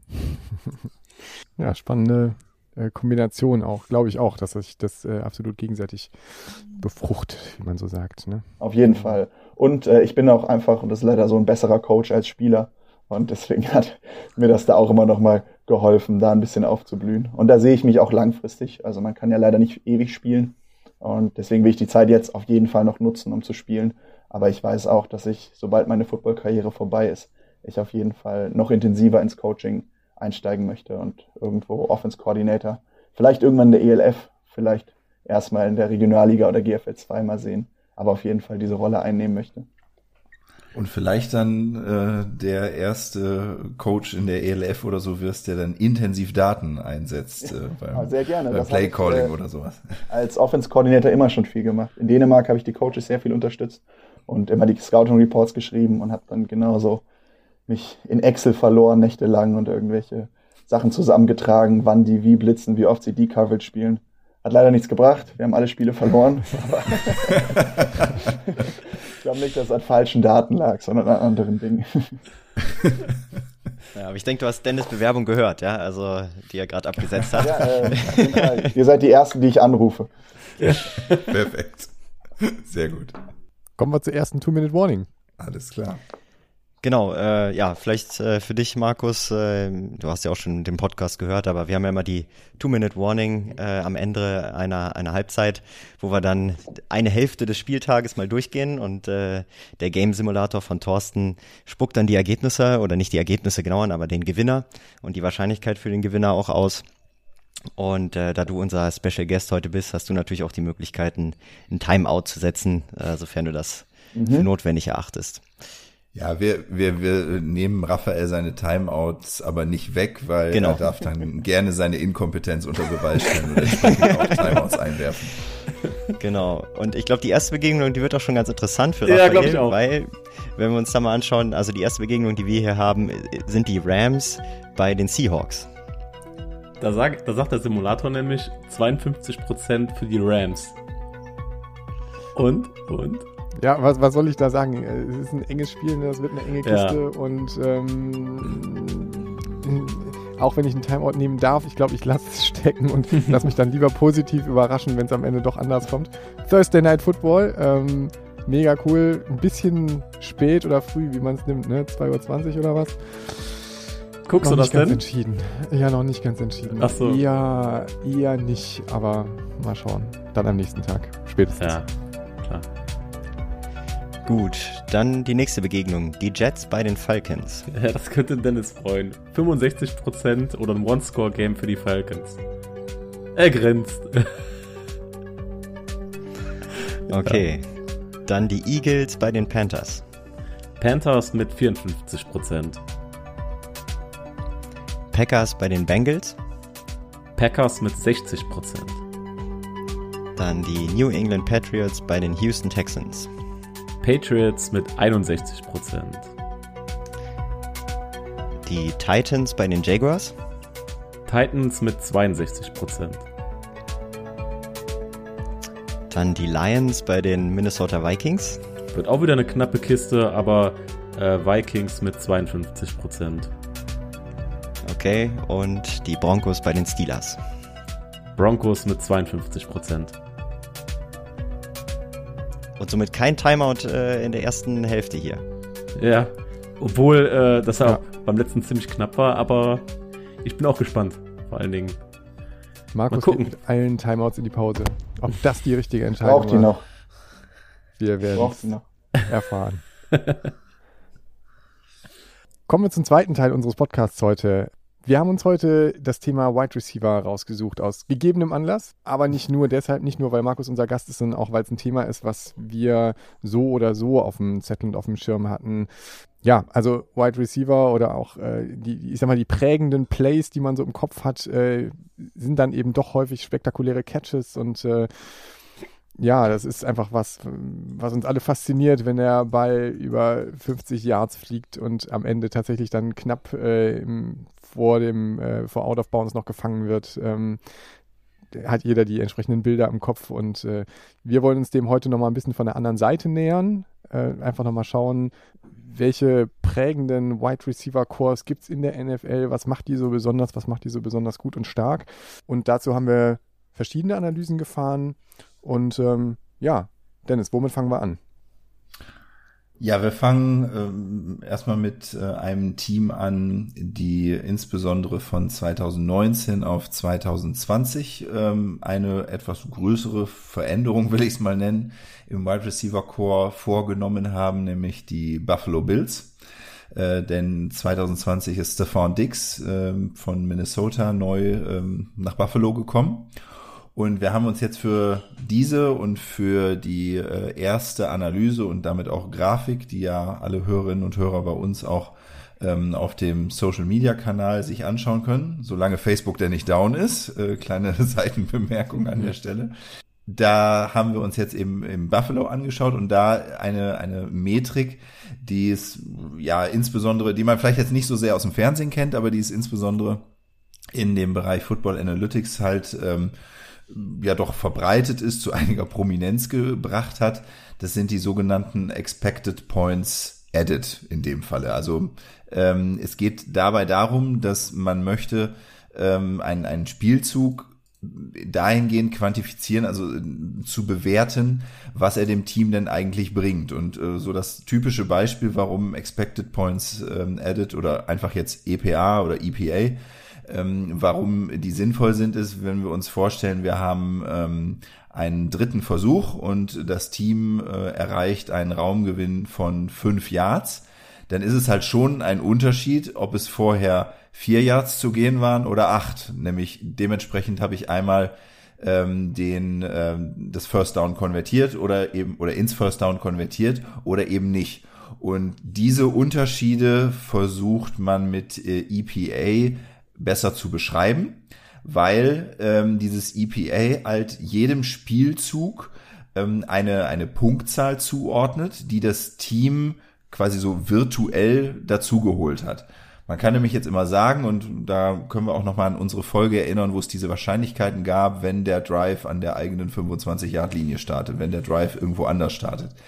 Ja, spannende Kombination auch, glaube ich auch, dass sich das absolut gegenseitig befruchtet, wie man so sagt. Ne? Auf jeden Fall. Und ich bin auch einfach, und das ist leider so, ein besserer Coach als Spieler. Und deswegen hat mir das da auch immer noch mal geholfen, da ein bisschen aufzublühen. Und da sehe ich mich auch langfristig. Also man kann ja leider nicht ewig spielen. Und deswegen will ich die Zeit jetzt auf jeden Fall noch nutzen, um zu spielen. Aber ich weiß auch, dass ich, sobald meine Football-Karriere vorbei ist, ich auf jeden Fall noch intensiver ins Coaching einsteigen möchte und irgendwo Offense Coordinator, vielleicht irgendwann in der ELF, vielleicht erstmal in der Regionalliga oder GFL 2 mal sehen, aber auf jeden Fall diese Rolle einnehmen möchte. Und vielleicht dann der erste Coach in der ELF oder so wirst, der dann intensiv Daten einsetzt beim, sehr gerne. beim Play-Calling oder sowas. Als Offense-Coordinator immer schon viel gemacht. In Dänemark habe ich die Coaches sehr viel unterstützt und immer die Scouting-Reports geschrieben und habe dann genauso mich in Excel verloren, nächtelang und irgendwelche Sachen zusammengetragen, wann die wie blitzen, wie oft sie die Coverage spielen. Hat leider nichts gebracht. Wir haben alle Spiele verloren. Ich glaube nicht, dass es an falschen Daten lag, sondern an anderen Dingen. Ja, aber ich denke, du hast Dennis' Bewerbung gehört, ja, also die er gerade abgesetzt hat. Ja, ihr seid die Ersten, die ich anrufe. Perfekt. Sehr gut. Kommen wir zur ersten 2-Minute-Warning. Alles klar. Genau, ja, vielleicht für dich, Markus, du hast ja auch schon den Podcast gehört, aber wir haben ja immer die 2-Minute-Warning am Ende einer Halbzeit, wo wir dann eine Hälfte des Spieltages mal durchgehen und der Game-Simulator von Thorsten spuckt dann die Ergebnisse, oder nicht die Ergebnisse genau an, aber den Gewinner und die Wahrscheinlichkeit für den Gewinner auch aus. Und da du unser Special Guest heute bist, hast du natürlich auch die Möglichkeiten, ein Timeout zu setzen, sofern du das für notwendig erachtest. Ja, wir nehmen Raphael seine Timeouts aber nicht weg, weil er darf dann gerne seine Inkompetenz unter Beweis stellen und entsprechend auch Timeouts einwerfen. Genau. Und ich glaube, die erste Begegnung, die wird auch schon ganz interessant für Raphael, glaube ich auch. Weil, wenn wir uns da mal anschauen, also die erste Begegnung, die wir hier haben, sind die Rams bei den Seahawks. Da sagt der Simulator nämlich 52% für die Rams. Und? Ja, was soll ich da sagen? Es ist ein enges Spiel, ne? Das wird eine enge Kiste und auch wenn ich einen Timeout nehmen darf, ich glaube, ich lasse es stecken und lasse mich dann lieber positiv überraschen, wenn es am Ende doch anders kommt. Thursday Night Football, mega cool, ein bisschen spät oder früh, wie man es nimmt, ne? 2:20 Uhr oder was? Guckst du das denn? Entschieden. Ja, noch nicht ganz entschieden. Ach so. Eher nicht, aber mal schauen. Dann am nächsten Tag, spätestens. Ja, klar. Gut, dann die nächste Begegnung. Die Jets bei den Falcons. Ja, das könnte Dennis freuen. 65% oder ein One-Score-Game für die Falcons. Er grinst. Okay. Dann die Eagles bei den Panthers. Panthers mit 54%. Packers bei den Bengals. Packers mit 60%. Dann die New England Patriots bei den Houston Texans. Patriots mit 61%. Die Titans bei den Jaguars. Titans mit 62%. Dann die Lions bei den Minnesota Vikings. Wird auch wieder eine knappe Kiste, aber Vikings mit 52%. Okay, und die Broncos bei den Steelers. Broncos mit 52%. Und somit kein Timeout in der ersten Hälfte hier. Ja, obwohl das auch beim letzten ziemlich knapp war, aber ich bin auch gespannt, vor allen Dingen. Markus geht mit allen Timeouts in die Pause. Ob das die richtige Entscheidung war? Braucht die noch. Wir werden es erfahren. Kommen wir zum zweiten Teil unseres Podcasts heute. Wir haben uns heute das Thema Wide Receiver rausgesucht aus gegebenem Anlass, aber nicht nur deshalb, nicht nur, weil Markus unser Gast ist, sondern auch, weil es ein Thema ist, was wir so oder so auf dem Zettel und auf dem Schirm hatten. Ja, also Wide Receiver oder auch die prägenden Plays, die man so im Kopf hat, sind dann eben doch häufig spektakuläre Catches und ja, das ist einfach was uns alle fasziniert, wenn der Ball über 50 Yards fliegt und am Ende tatsächlich dann knapp vor Out of Bounds noch gefangen wird. Hat jeder die entsprechenden Bilder im Kopf und wir wollen uns dem heute nochmal ein bisschen von der anderen Seite nähern. Einfach nochmal schauen, welche prägenden Wide Receiver Cores gibt es in der NFL, was macht die so besonders gut und stark. Und dazu haben wir verschiedene Analysen gefahren. Und Dennis, womit fangen wir an? Ja, wir fangen erstmal mit einem Team an, die insbesondere von 2019 auf 2020 eine etwas größere Veränderung, will ich es mal nennen, im Wide Receiver Core vorgenommen haben, nämlich die Buffalo Bills. Denn 2020 ist Stefon Diggs von Minnesota neu nach Buffalo gekommen. Und wir haben uns jetzt für diese und für die erste Analyse und damit auch Grafik, die ja alle Hörerinnen und Hörer bei uns auch auf dem Social-Media-Kanal sich anschauen können, solange Facebook denn nicht down ist, kleine Seitenbemerkung an der Stelle. Da haben wir uns jetzt eben im Buffalo angeschaut und da eine Metrik, die ist ja insbesondere, die man vielleicht jetzt nicht so sehr aus dem Fernsehen kennt, aber die ist insbesondere in dem Bereich Football Analytics halt ja doch verbreitet ist, zu einiger Prominenz gebracht hat. Das sind die sogenannten Expected Points Added in dem Falle. Also es geht dabei darum, dass man möchte einen Spielzug dahingehend quantifizieren, also zu bewerten, was er dem Team denn eigentlich bringt. Und so das typische Beispiel, warum Expected Points Added oder einfach jetzt EPA oder EPA, warum die sinnvoll sind, ist, wenn wir uns vorstellen, wir haben einen dritten Versuch und das Team erreicht einen Raumgewinn von 5 Yards, dann ist es halt schon ein Unterschied, ob es vorher 4 Yards zu gehen waren oder 8. Nämlich dementsprechend habe ich einmal das First Down konvertiert oder ins First Down konvertiert oder eben nicht. Und diese Unterschiede versucht man mit EPA besser zu beschreiben, weil dieses EPA halt jedem Spielzug eine Punktzahl zuordnet, die das Team quasi so virtuell dazugeholt hat. Man kann nämlich jetzt immer sagen, und da können wir auch nochmal an unsere Folge erinnern, wo es diese Wahrscheinlichkeiten gab, wenn der Drive an der eigenen 25-Yard-Linie startet, wenn der Drive irgendwo anders startet.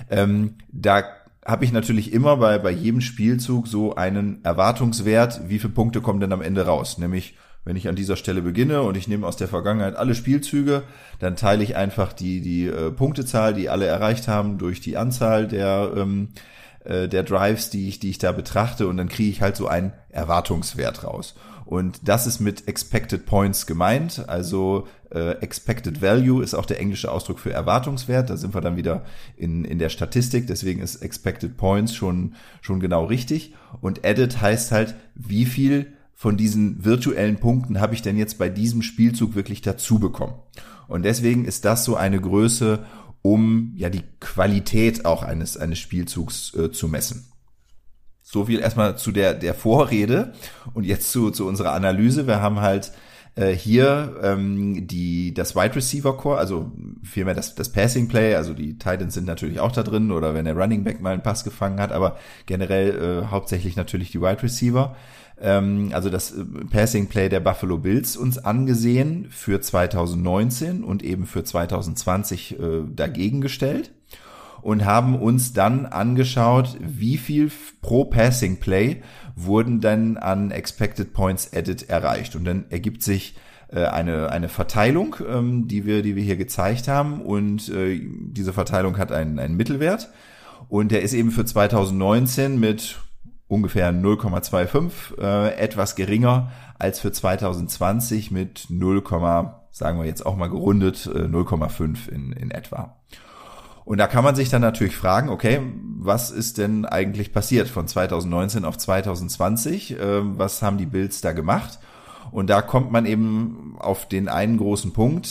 Da habe ich natürlich immer bei jedem Spielzug so einen Erwartungswert, wie viele Punkte kommen denn am Ende raus. Nämlich, wenn ich an dieser Stelle beginne und ich nehme aus der Vergangenheit alle Spielzüge, dann teile ich einfach die Punktezahl, die alle erreicht haben, durch die Anzahl der Drives, die ich da betrachte, und dann kriege ich halt so einen Erwartungswert raus. Und das ist mit Expected Points gemeint, also Expected Value ist auch der englische Ausdruck für Erwartungswert, da sind wir dann wieder in der Statistik, deswegen ist Expected Points schon genau richtig. Und Added heißt halt, wie viel von diesen virtuellen Punkten habe ich denn jetzt bei diesem Spielzug wirklich dazu bekommen. Und deswegen ist das so eine Größe, um ja die Qualität auch eines Spielzugs zu messen. So viel erstmal zu der Vorrede und jetzt zu unserer Analyse. Wir haben halt hier das Wide Receiver Core, also vielmehr das Passing Play, also die Titans sind natürlich auch da drin oder wenn der Running Back mal einen Pass gefangen hat, aber generell hauptsächlich natürlich die Wide Receiver. Also das Passing Play der Buffalo Bills uns angesehen für 2019 und eben für 2020 dagegen gestellt und haben uns dann angeschaut, wie viel pro Passing Play wurden dann an Expected Points Added erreicht. Und dann ergibt sich eine Verteilung, die wir hier gezeigt haben, und diese Verteilung hat einen Mittelwert und der ist eben für 2019 mit ungefähr 0,25, etwas geringer als für 2020 mit 0, sagen wir jetzt auch mal gerundet, 0,5 in etwa. Und da kann man sich dann natürlich fragen, okay, was ist denn eigentlich passiert von 2019 auf 2020? Was haben die Bills da gemacht? Und da kommt man eben auf den einen großen Punkt.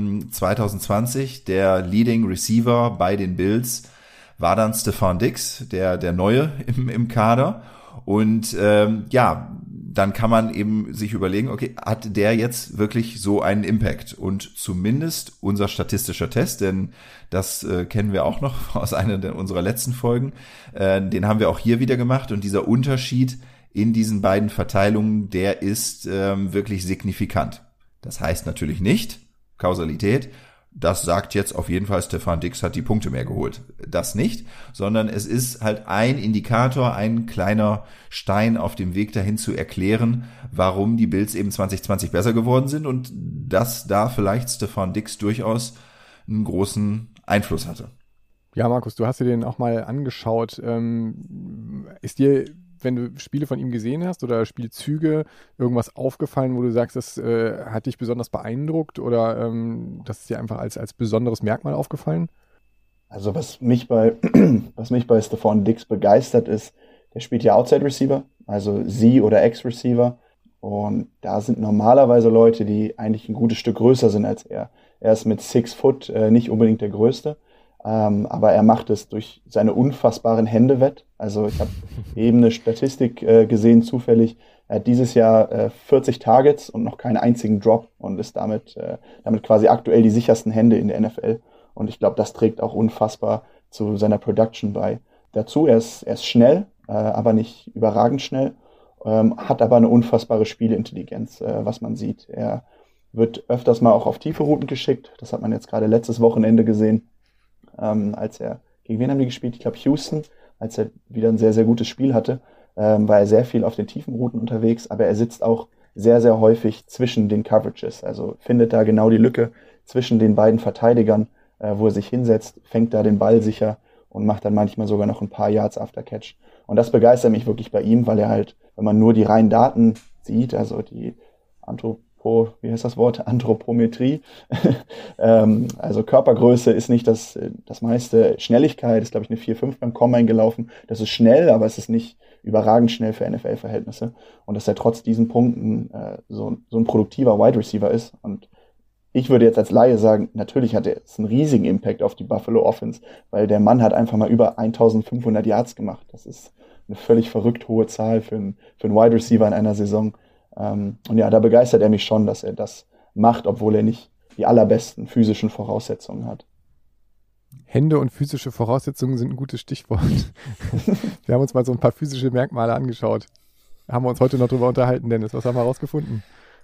2020, der Leading Receiver bei den Bills war dann Stefon Diggs, der Neue im Kader. Und dann kann man eben sich überlegen, okay, hat der jetzt wirklich so einen Impact? Und zumindest unser statistischer Test, denn das kennen wir auch noch aus einer unserer letzten Folgen, den haben wir auch hier wieder gemacht. Und dieser Unterschied in diesen beiden Verteilungen, der ist wirklich signifikant. Das heißt natürlich nicht, Kausalität, das sagt jetzt auf jeden Fall, Stefon Diggs hat die Punkte mehr geholt. Das nicht, sondern es ist halt ein Indikator, ein kleiner Stein auf dem Weg dahin zu erklären, warum die Bills eben 2020 besser geworden sind und dass da vielleicht Stefon Diggs durchaus einen großen Einfluss hatte. Ja, Markus, du hast dir den auch mal angeschaut. Ist dir, wenn du Spiele von ihm gesehen hast oder Spielzüge, irgendwas aufgefallen, wo du sagst, das hat dich besonders beeindruckt oder das ist dir einfach als besonderes Merkmal aufgefallen? Also was mich bei Stefon Diggs begeistert ist, der spielt ja Outside Receiver, also Sie- oder Ex-Receiver, und da sind normalerweise Leute, die eigentlich ein gutes Stück größer sind als er. Er ist mit 6 Foot nicht unbedingt der Größte. Aber er macht es durch seine unfassbaren Hände wett. Also ich habe eben eine Statistik gesehen, zufällig. Er hat dieses Jahr 40 Targets und noch keinen einzigen Drop und ist damit quasi aktuell die sichersten Hände in der NFL. Und ich glaube, das trägt auch unfassbar zu seiner Production bei. Dazu, er ist schnell, aber nicht überragend schnell, hat aber eine unfassbare Spieleintelligenz, was man sieht. Er wird öfters mal auch auf tiefe Routen geschickt. Das hat man jetzt gerade letztes Wochenende gesehen. Gegen wen haben die gespielt? Ich glaube Houston, als er wieder ein sehr, sehr gutes Spiel hatte, war er sehr viel auf den tiefen Routen unterwegs, aber er sitzt auch sehr, sehr häufig zwischen den Coverages, also findet da genau die Lücke zwischen den beiden Verteidigern, wo er sich hinsetzt, fängt da den Ball sicher und macht dann manchmal sogar noch ein paar Yards after Catch. Und das begeistert mich wirklich bei ihm, weil er halt, wenn man nur die reinen Daten sieht, also die Anthropometrie. Also Körpergröße ist nicht das meiste. Schnelligkeit ist, glaube ich, eine 4,5 beim Combine gelaufen. Das ist schnell, aber es ist nicht überragend schnell für NFL-Verhältnisse. Und dass er trotz diesen Punkten so ein produktiver Wide Receiver ist. Und ich würde jetzt als Laie sagen, natürlich hat er jetzt einen riesigen Impact auf die Buffalo Offense, weil der Mann hat einfach mal über 1500 Yards gemacht. Das ist eine völlig verrückt hohe Zahl für einen Wide Receiver in einer Saison. Und ja, da begeistert er mich schon, dass er das macht, obwohl er nicht die allerbesten physischen Voraussetzungen hat. Hände und physische Voraussetzungen sind ein gutes Stichwort. Wir haben uns mal so ein paar physische Merkmale angeschaut. Haben wir uns heute noch drüber unterhalten, Dennis. Was haben wir rausgefunden?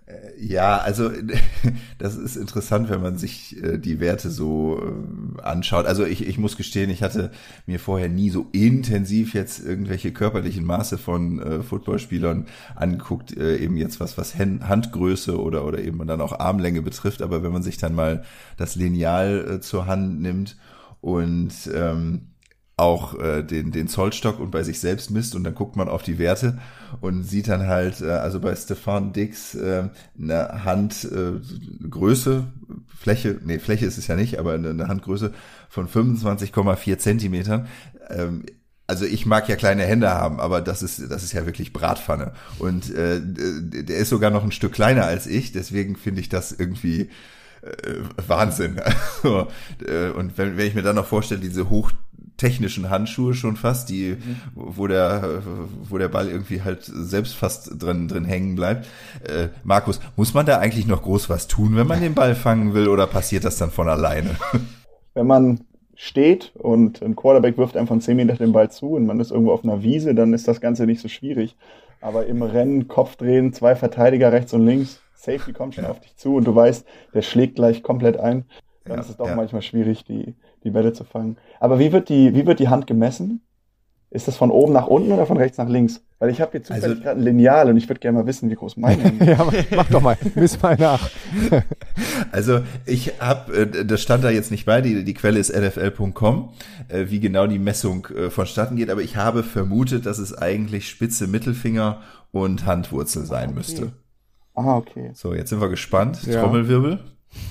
Ja, also das ist interessant, wenn man sich die Werte so anschaut. Also ich muss gestehen, ich hatte mir vorher nie so intensiv jetzt irgendwelche körperlichen Maße von Footballspielern angeguckt, eben jetzt was Handgröße oder eben dann auch Armlänge betrifft. Aber wenn man sich dann mal das Lineal zur Hand nimmt und auch den Zollstock und bei sich selbst misst und dann guckt man auf die Werte und sieht dann halt, also bei Stefan Diggs eine Handgröße, Fläche ist es ja nicht, aber eine Handgröße von 25,4 Zentimetern. Also ich mag ja kleine Hände haben, aber das ist ja wirklich Bratpfanne. Und der ist sogar noch ein Stück kleiner als ich, deswegen finde ich das irgendwie Wahnsinn. Und wenn ich mir dann noch vorstelle, diese hochtechnischen Handschuhe schon fast, die, wo der Ball irgendwie halt selbst fast drin hängen bleibt. Markus, muss man da eigentlich noch groß was tun, wenn man den Ball fangen will, oder passiert das dann von alleine? Wenn man steht und ein Quarterback wirft einfach 10 Meter den Ball zu und man ist irgendwo auf einer Wiese, dann ist das Ganze nicht so schwierig. Aber im Rennen, Kopf drehen, 2 Verteidiger rechts und links, Safety kommt schon auf dich zu und du weißt, der schlägt gleich komplett ein. Dann ist es doch manchmal schwierig, die Bälle zu fangen. Aber wie wird die Hand gemessen? Ist das von oben nach unten oder von rechts nach links? Weil ich habe jetzt zufällig gerade ein Lineal und ich würde gerne mal wissen, wie groß meine ist. Ja, mach doch mal, miss mal nach. Also ich habe, das stand da jetzt nicht bei, die Quelle ist nfl.com, wie genau die Messung vonstatten geht, aber ich habe vermutet, dass es eigentlich Spitze, Mittelfinger und Handwurzel sein müsste. Ah, okay. So, jetzt sind wir gespannt. Ja. Trommelwirbel.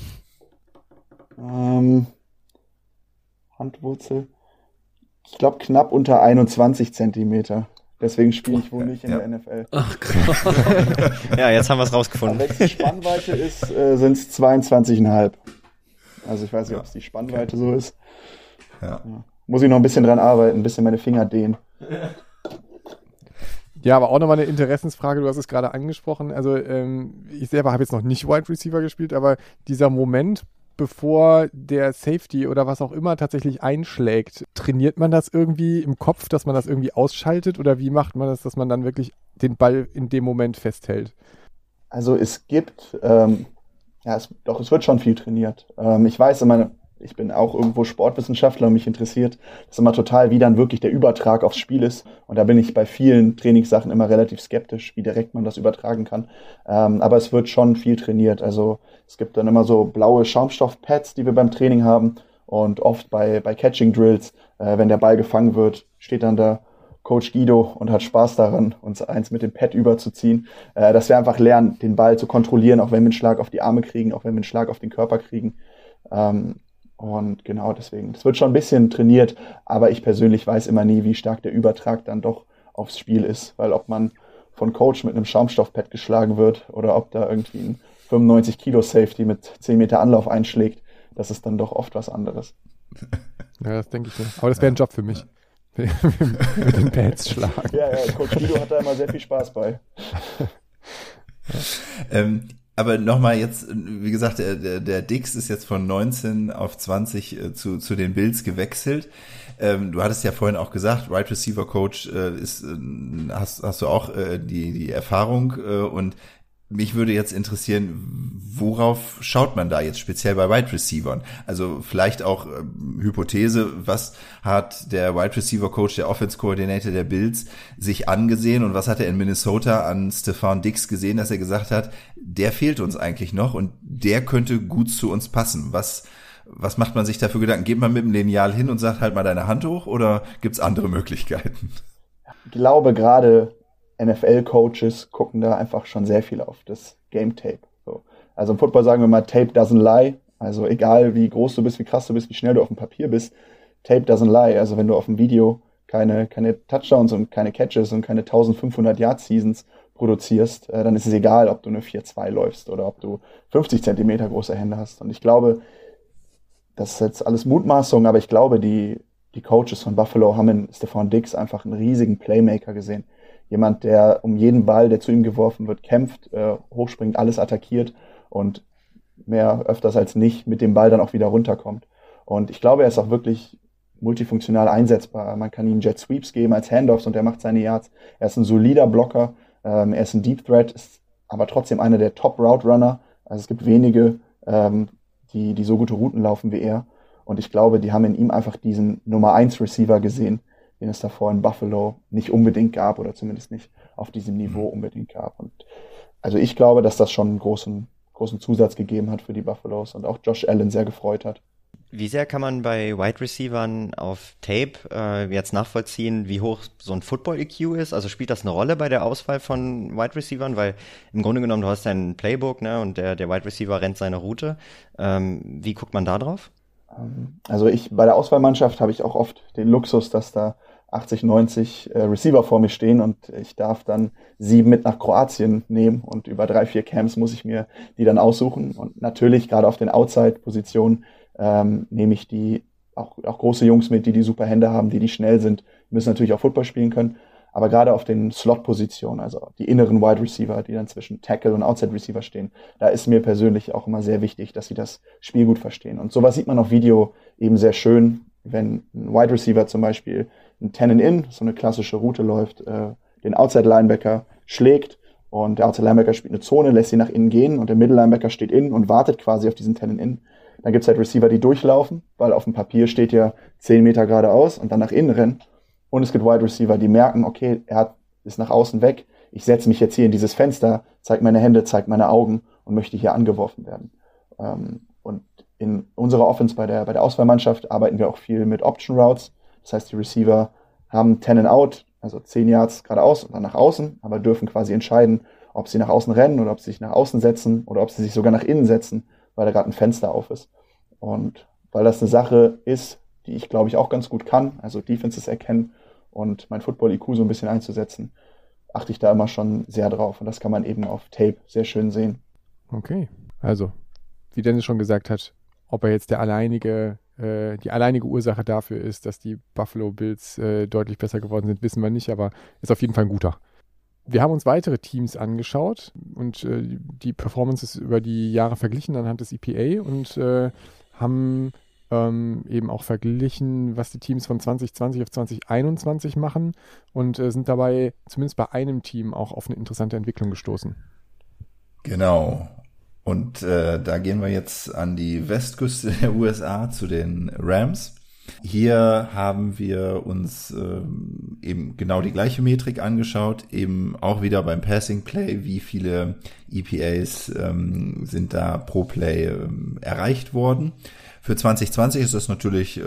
Handwurzel. Ich glaube knapp unter 21 Zentimeter. Deswegen spiele ich wohl nicht in der NFL. Ach Gott. Ja, jetzt haben wir es rausgefunden. Wenn es die Spannweite ist, sind es 22,5. Also ich weiß nicht, ob es die Spannweite so ist. Ja. Muss ich noch ein bisschen dran arbeiten, ein bisschen meine Finger dehnen. Ja, aber auch nochmal eine Interessensfrage, du hast es gerade angesprochen. Also ich selber habe jetzt noch nicht Wide Receiver gespielt, aber dieser Moment, bevor der Safety oder was auch immer tatsächlich einschlägt, trainiert man das irgendwie im Kopf, dass man das irgendwie ausschaltet, oder wie macht man das, dass man dann wirklich den Ball in dem Moment festhält? Also es gibt, es wird schon viel trainiert. Ich weiß, ich bin auch irgendwo Sportwissenschaftler und mich interessiert das immer total, wie dann wirklich der Übertrag aufs Spiel ist. Und da bin ich bei vielen Trainingssachen immer relativ skeptisch, wie direkt man das übertragen kann. Aber es wird schon viel trainiert. Also es gibt dann immer so blaue Schaumstoff-Pads, die wir beim Training haben. Und oft bei Catching Drills, wenn der Ball gefangen wird, steht dann da Coach Guido und hat Spaß daran, uns eins mit dem Pad überzuziehen. Dass wir einfach lernen, den Ball zu kontrollieren, auch wenn wir einen Schlag auf die Arme kriegen, auch wenn wir einen Schlag auf den Körper kriegen. Und genau deswegen, es wird schon ein bisschen trainiert, aber ich persönlich weiß immer nie, wie stark der Übertrag dann doch aufs Spiel ist, weil ob man von Coach mit einem Schaumstoffpad geschlagen wird oder ob da irgendwie ein 95 Kilo Safety mit 10 Meter Anlauf einschlägt, das ist dann doch oft was anderes. Ja, das denke ich mir. Aber das wäre ein Job für mich. Mit den Pads schlagen. Ja, Coach Guido hat da immer sehr viel Spaß bei. Aber nochmal jetzt, wie gesagt, der Diggs ist jetzt von 19 auf 20 zu den Bills gewechselt. Du hattest ja vorhin auch gesagt, Wide Receiver Coach hast du auch die Erfahrung, und mich würde jetzt interessieren, worauf schaut man da jetzt speziell bei Wide Receivern? Also vielleicht auch Hypothese, was hat der Wide Receiver Coach, der Offense Coordinator der Bills sich angesehen und was hat er in Minnesota an Stefan Diggs gesehen, dass er gesagt hat, der fehlt uns eigentlich noch und der könnte gut zu uns passen. Was macht man sich da für Gedanken? Geht man mit dem Lineal hin und sagt halt mal deine Hand hoch, oder gibt's andere Möglichkeiten? Ich glaube, gerade NFL-Coaches gucken da einfach schon sehr viel auf das Game-Tape. So. Also im Football sagen wir mal, Tape doesn't lie. Also egal wie groß du bist, wie krass du bist, wie schnell du auf dem Papier bist, Tape doesn't lie. Also wenn du auf dem Video keine Touchdowns und keine Catches und keine 1500 Yard-Seasons produzierst, dann ist es egal, ob du eine 4-2 läufst oder ob du 50 Zentimeter große Hände hast. Und ich glaube, das ist jetzt alles Mutmaßung, aber ich glaube, die Coaches von Buffalo haben in Stefan Diggs einfach einen riesigen Playmaker gesehen. Jemand, der um jeden Ball, der zu ihm geworfen wird, kämpft, hochspringt, alles attackiert und mehr öfters als nicht mit dem Ball dann auch wieder runterkommt. Und ich glaube, er ist auch wirklich multifunktional einsetzbar. Man kann ihm Jet Sweeps geben als Handoffs und er macht seine Yards. Er ist ein solider Blocker, er ist ein Deep Threat, ist aber trotzdem einer der Top-Route-Runner. Also es gibt wenige, die so gute Routen laufen wie er. Und ich glaube, die haben in ihm einfach diesen Nummer-1-Receiver gesehen, den es davor in Buffalo nicht unbedingt gab oder zumindest nicht auf diesem Niveau unbedingt gab. Und also ich glaube, dass das schon einen großen Zusatz gegeben hat für die Buffaloes und auch Josh Allen sehr gefreut hat. Wie sehr kann man bei Wide Receivern auf Tape jetzt nachvollziehen, wie hoch so ein Football-IQ ist? Also spielt das eine Rolle bei der Auswahl von Wide Receivern? Weil im Grunde genommen, du hast dein Playbook, ne, und der Wide Receiver rennt seine Route. Wie guckt man da drauf? Also bei der Auswahlmannschaft habe ich auch oft den Luxus, dass da 80, 90 Receiver vor mir stehen und ich darf dann 7 mit nach Kroatien nehmen und über 3, 4 Camps muss ich mir die dann aussuchen. Und natürlich gerade auf den Outside-Positionen nehme ich die auch große Jungs mit, die super Hände haben, die schnell sind, die müssen natürlich auch Football spielen können. Aber gerade auf den Slot-Positionen, also die inneren Wide Receiver, die dann zwischen Tackle und Outside Receiver stehen, da ist mir persönlich auch immer sehr wichtig, dass sie das Spiel gut verstehen. Und sowas sieht man auf Video eben sehr schön, wenn ein Wide Receiver zum Beispiel ein 10-and-in, so eine klassische Route läuft, den Outside Linebacker schlägt und der Outside Linebacker spielt eine Zone, lässt sie nach innen gehen und der Middle Linebacker steht innen und wartet quasi auf diesen 10-and-in. Dann gibt's halt Receiver, die durchlaufen, weil auf dem Papier steht ja 10 Meter geradeaus und dann nach innen rennen. Und es gibt Wide Receiver, die merken, okay, ist nach außen weg, ich setze mich jetzt hier in dieses Fenster, zeige meine Hände, zeige meine Augen und möchte hier angeworfen werden. Und in unserer Offense bei der Auswahlmannschaft arbeiten wir auch viel mit Option Routes. Das heißt, die Receiver haben 10 and out, also 10 Yards geradeaus und dann nach außen, aber dürfen quasi entscheiden, ob sie nach außen rennen oder ob sie sich nach außen setzen oder ob sie sich sogar nach innen setzen, weil da gerade ein Fenster auf ist. Und weil das eine Sache ist, die ich, glaube ich, auch ganz gut kann, also Defenses erkennen und mein Football-IQ so ein bisschen einzusetzen, achte ich da immer schon sehr drauf. Und das kann man eben auf Tape sehr schön sehen. Okay, also, wie Dennis schon gesagt hat, ob er jetzt die alleinige Ursache dafür ist, dass die Buffalo Bills deutlich besser geworden sind, wissen wir nicht, aber ist auf jeden Fall ein guter. Wir haben uns weitere Teams angeschaut und die Performances über die Jahre verglichen anhand des EPA und haben eben auch verglichen, was die Teams von 2020 auf 2021 machen und sind dabei zumindest bei einem Team auch auf eine interessante Entwicklung gestoßen. Genau. Und da gehen wir jetzt an die Westküste der USA zu den Rams. Hier haben wir uns eben genau die gleiche Metrik angeschaut, eben auch wieder beim Passing Play, wie viele EPAs sind da pro Play erreicht worden. Für 2020 ist das natürlich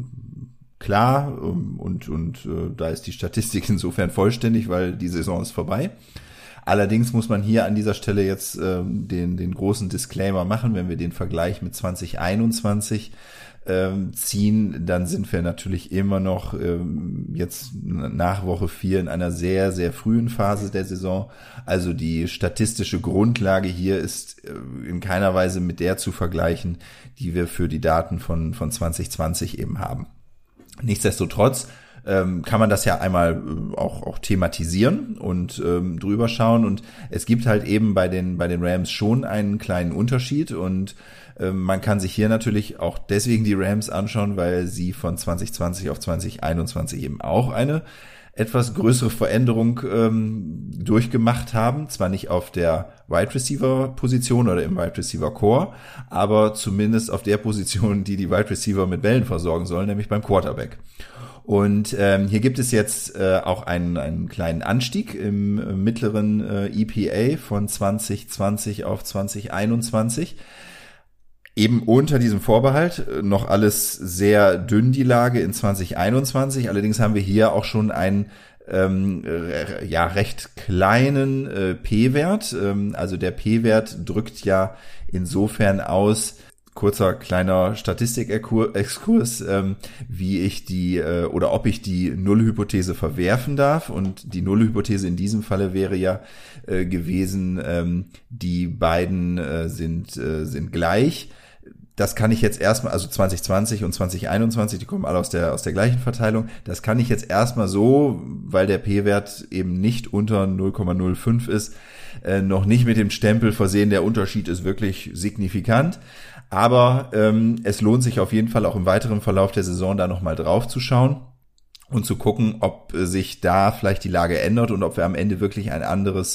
klar und da ist die Statistik insofern vollständig, weil die Saison ist vorbei. Allerdings muss man hier an dieser Stelle jetzt den großen Disclaimer machen, wenn wir den Vergleich mit 2021 ziehen, dann sind wir natürlich immer noch jetzt nach Woche 4 in einer sehr, sehr frühen Phase der Saison. Also die statistische Grundlage hier ist in keiner Weise mit der zu vergleichen, die wir für die Daten von 2020 eben haben. Nichtsdestotrotz kann man das ja einmal auch thematisieren und drüber schauen. Und es gibt halt eben bei den Rams schon einen kleinen Unterschied und man kann sich hier natürlich auch deswegen die Rams anschauen, weil sie von 2020 auf 2021 eben auch eine etwas größere Veränderung durchgemacht haben. Zwar nicht auf der Wide Receiver Position oder im Wide Receiver Core, aber zumindest auf der Position, die Wide Receiver mit Bällen versorgen sollen, nämlich beim Quarterback. Und hier gibt es jetzt auch einen kleinen Anstieg im mittleren EPA von 2020 auf 2021. Eben unter diesem Vorbehalt, noch alles sehr dünn die Lage in 2021. Allerdings haben wir hier auch schon einen recht kleinen P-Wert. Also der P-Wert drückt ja insofern aus, kurzer kleiner Statistik-Exkurs, wie ich ob ich die Nullhypothese verwerfen darf. Und die Nullhypothese in diesem Falle wäre ja gewesen, die beiden sind gleich. Das kann ich jetzt erstmal, also 2020 und 2021, die kommen alle aus der gleichen Verteilung. Das kann ich jetzt erstmal so, weil der P-Wert eben nicht unter 0,05 ist, noch nicht mit dem Stempel versehen, der Unterschied ist wirklich signifikant. Aber es lohnt sich auf jeden Fall auch im weiteren Verlauf der Saison da nochmal drauf zu schauen und zu gucken, ob sich da vielleicht die Lage ändert und ob wir am Ende wirklich ein anderes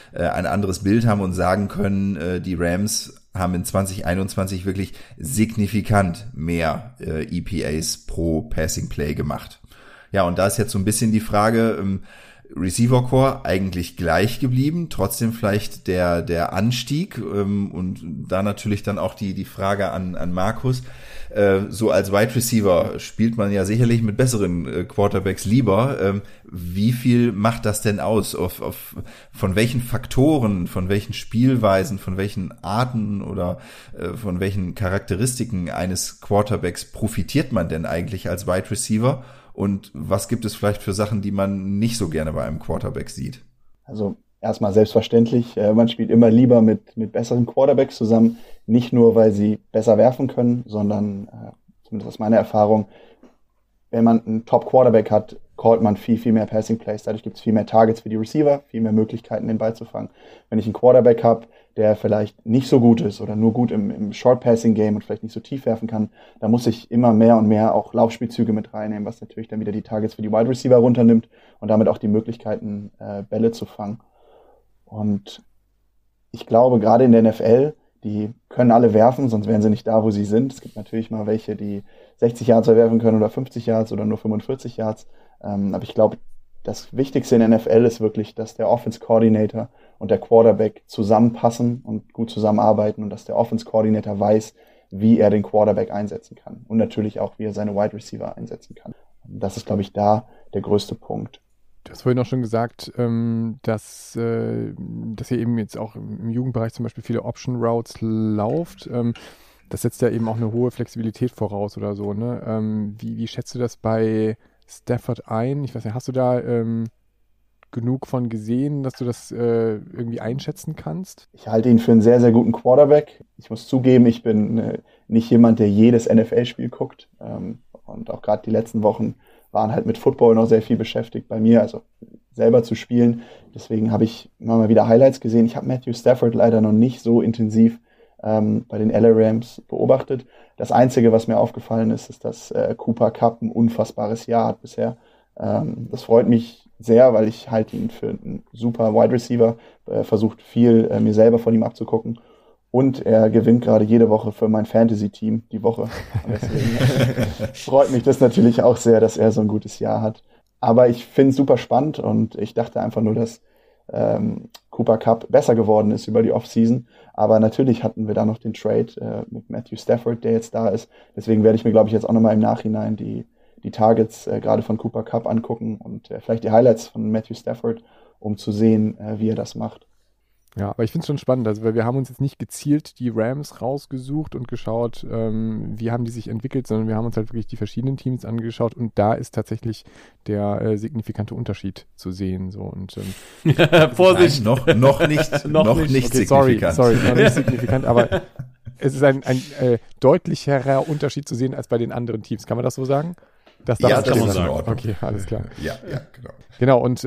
ein anderes Bild haben und sagen können, die Rams haben in 2021 wirklich signifikant mehr EPAs pro Passing Play gemacht. Ja, und da ist jetzt so ein bisschen die Frage, Receiver Core eigentlich gleich geblieben, trotzdem vielleicht der Anstieg und da natürlich dann auch die Frage an Markus. So als Wide Receiver spielt man ja sicherlich mit besseren Quarterbacks lieber. Wie viel macht das denn aus? Von welchen Faktoren, von welchen Spielweisen, von welchen Arten oder von welchen Charakteristiken eines Quarterbacks profitiert man denn eigentlich als Wide Receiver? Und was gibt es vielleicht für Sachen, die man nicht so gerne bei einem Quarterback sieht? Also erstmal selbstverständlich, man spielt immer lieber mit besseren Quarterbacks zusammen, nicht nur, weil sie besser werfen können, sondern, zumindest aus meiner Erfahrung, wenn man einen Top-Quarterback hat, callt man viel, viel mehr Passing Plays. Dadurch gibt es viel mehr Targets für die Receiver, viel mehr Möglichkeiten, den Ball zu fangen. Wenn ich einen Quarterback habe, der vielleicht nicht so gut ist oder nur gut im Short-Passing-Game und vielleicht nicht so tief werfen kann, da muss ich immer mehr und mehr auch Laufspielzüge mit reinnehmen, was natürlich dann wieder die Targets für die Wide Receiver runternimmt und damit auch die Möglichkeiten, Bälle zu fangen. Und ich glaube, gerade in der NFL, die können alle werfen, sonst wären sie nicht da, wo sie sind. Es gibt natürlich mal welche, die 60 Yards werfen können oder 50 Yards oder nur 45 Yards. Aber ich glaube, das Wichtigste in der NFL ist wirklich, dass der Offense Coordinator und der Quarterback zusammenpassen und gut zusammenarbeiten und dass der Offense Coordinator weiß, wie er den Quarterback einsetzen kann und natürlich auch, wie er seine Wide Receiver einsetzen kann. Das ist, glaube ich, da der größte Punkt. Du hast vorhin auch schon gesagt, dass ihr eben jetzt auch im Jugendbereich zum Beispiel viele Option Routes lauft. Das setzt ja eben auch eine hohe Flexibilität voraus oder so, ne? Wie schätzt du das bei Stafford ein? Ich weiß nicht, hast du da genug von gesehen, dass du das irgendwie einschätzen kannst? Ich halte ihn für einen sehr, sehr guten Quarterback. Ich muss zugeben, ich bin nicht jemand, der jedes NFL-Spiel guckt. Und auch gerade die letzten Wochen waren halt mit Football noch sehr viel beschäftigt bei mir, also selber zu spielen. Deswegen habe ich immer mal wieder Highlights gesehen. Ich habe Matthew Stafford leider noch nicht so intensiv bei den LA Rams beobachtet. Das Einzige, was mir aufgefallen ist, ist, dass Cooper Kupp ein unfassbares Jahr hat bisher. Das freut mich sehr, weil ich halte ihn für einen super Wide Receiver, versucht viel mir selber von ihm abzugucken. Und er gewinnt gerade jede Woche für mein Fantasy-Team die Woche. Und deswegen freut mich das natürlich auch sehr, dass er so ein gutes Jahr hat. Aber ich finde es super spannend und ich dachte einfach nur, dass Cooper Kupp besser geworden ist über die Offseason. Aber natürlich hatten wir da noch den Trade mit Matthew Stafford, der jetzt da ist. Deswegen werde ich mir, glaube ich, jetzt auch nochmal im Nachhinein die Targets gerade von Cooper Kupp angucken und vielleicht die Highlights von Matthew Stafford, um zu sehen, wie er das macht. Ja, aber ich finde es schon spannend, also weil wir haben uns jetzt nicht gezielt die Rams rausgesucht und geschaut, wie haben die sich entwickelt, sondern wir haben uns halt wirklich die verschiedenen Teams angeschaut und da ist tatsächlich der signifikante Unterschied zu sehen. So. Und, Vorsicht! Nein, noch nicht okay, signifikant. Sorry, noch nicht signifikant, aber es ist ein deutlicherer Unterschied zu sehen als bei den anderen Teams. Kann man das so sagen? Das kann man sagen. Okay, alles klar. Ja, genau. Genau, und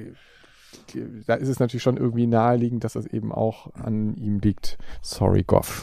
da ist es natürlich schon irgendwie naheliegend, dass das eben auch an ihm liegt. Sorry, Goff.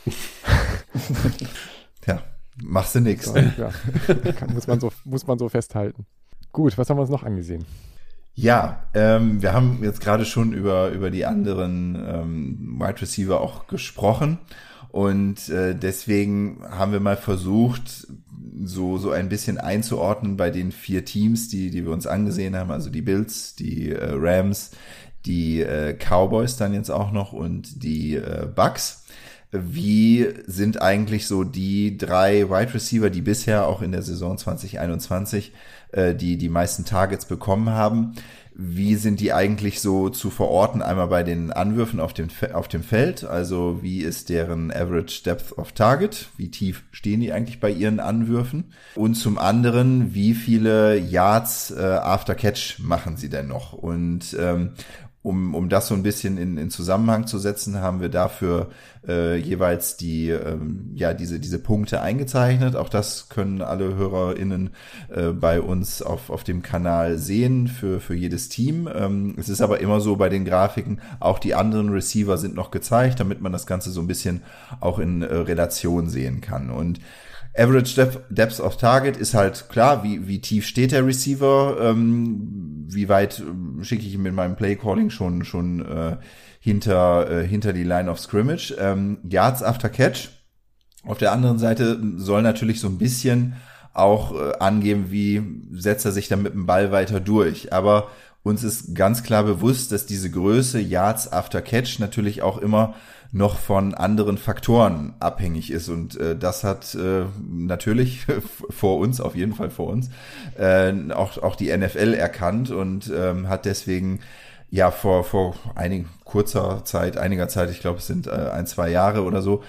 Ja, machst du nix. So, ja. Muss man so festhalten. Gut, was haben wir uns noch angesehen? Ja, wir haben jetzt gerade schon über die anderen Wide Receiver auch gesprochen und deswegen haben wir mal versucht, so ein bisschen einzuordnen bei den 4 Teams, die wir uns angesehen haben, also die Bills, die Rams, die Cowboys dann jetzt auch noch und die Bucks. Wie sind eigentlich so die 3 Wide Receiver, die bisher auch in der Saison 2021 die meisten Targets bekommen haben? Wie sind die eigentlich so zu verorten? Einmal bei den Anwürfen auf dem Feld, also wie ist deren Average Depth of Target? Wie tief stehen die eigentlich bei ihren Anwürfen? Und zum anderen, wie viele Yards after Catch machen sie denn noch? Und um das so ein bisschen in Zusammenhang zu setzen, haben wir dafür jeweils diese Punkte eingezeichnet. Auch das können alle HörerInnen bei uns auf dem Kanal sehen für jedes Team. Es ist aber immer so bei den Grafiken, auch die anderen Receiver sind noch gezeigt, damit man das Ganze so ein bisschen auch in Relation sehen kann. Und Average Depth of Target ist halt klar, wie tief steht der Receiver, wie weit schicke ich ihn mit meinem Play-Calling schon hinter die Line of Scrimmage. Yards after Catch auf der anderen Seite soll natürlich so ein bisschen auch angeben, wie setzt er sich dann mit dem Ball weiter durch. Aber uns ist ganz klar bewusst, dass diese Größe Yards after Catch natürlich auch immer noch von anderen Faktoren abhängig ist. Und das hat natürlich auf jeden Fall vor uns, auch die NFL erkannt und hat deswegen ja vor einiger Zeit, ich glaube es sind 1-2 Jahre oder so,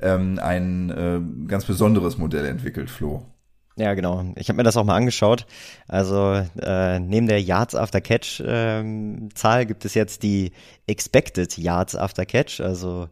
ein ganz besonderes Modell entwickelt, Flo. Ja, genau. Ich habe mir das auch mal angeschaut. Also neben der Yards After Catch Zahl gibt es jetzt die Expected Yards After Catch, also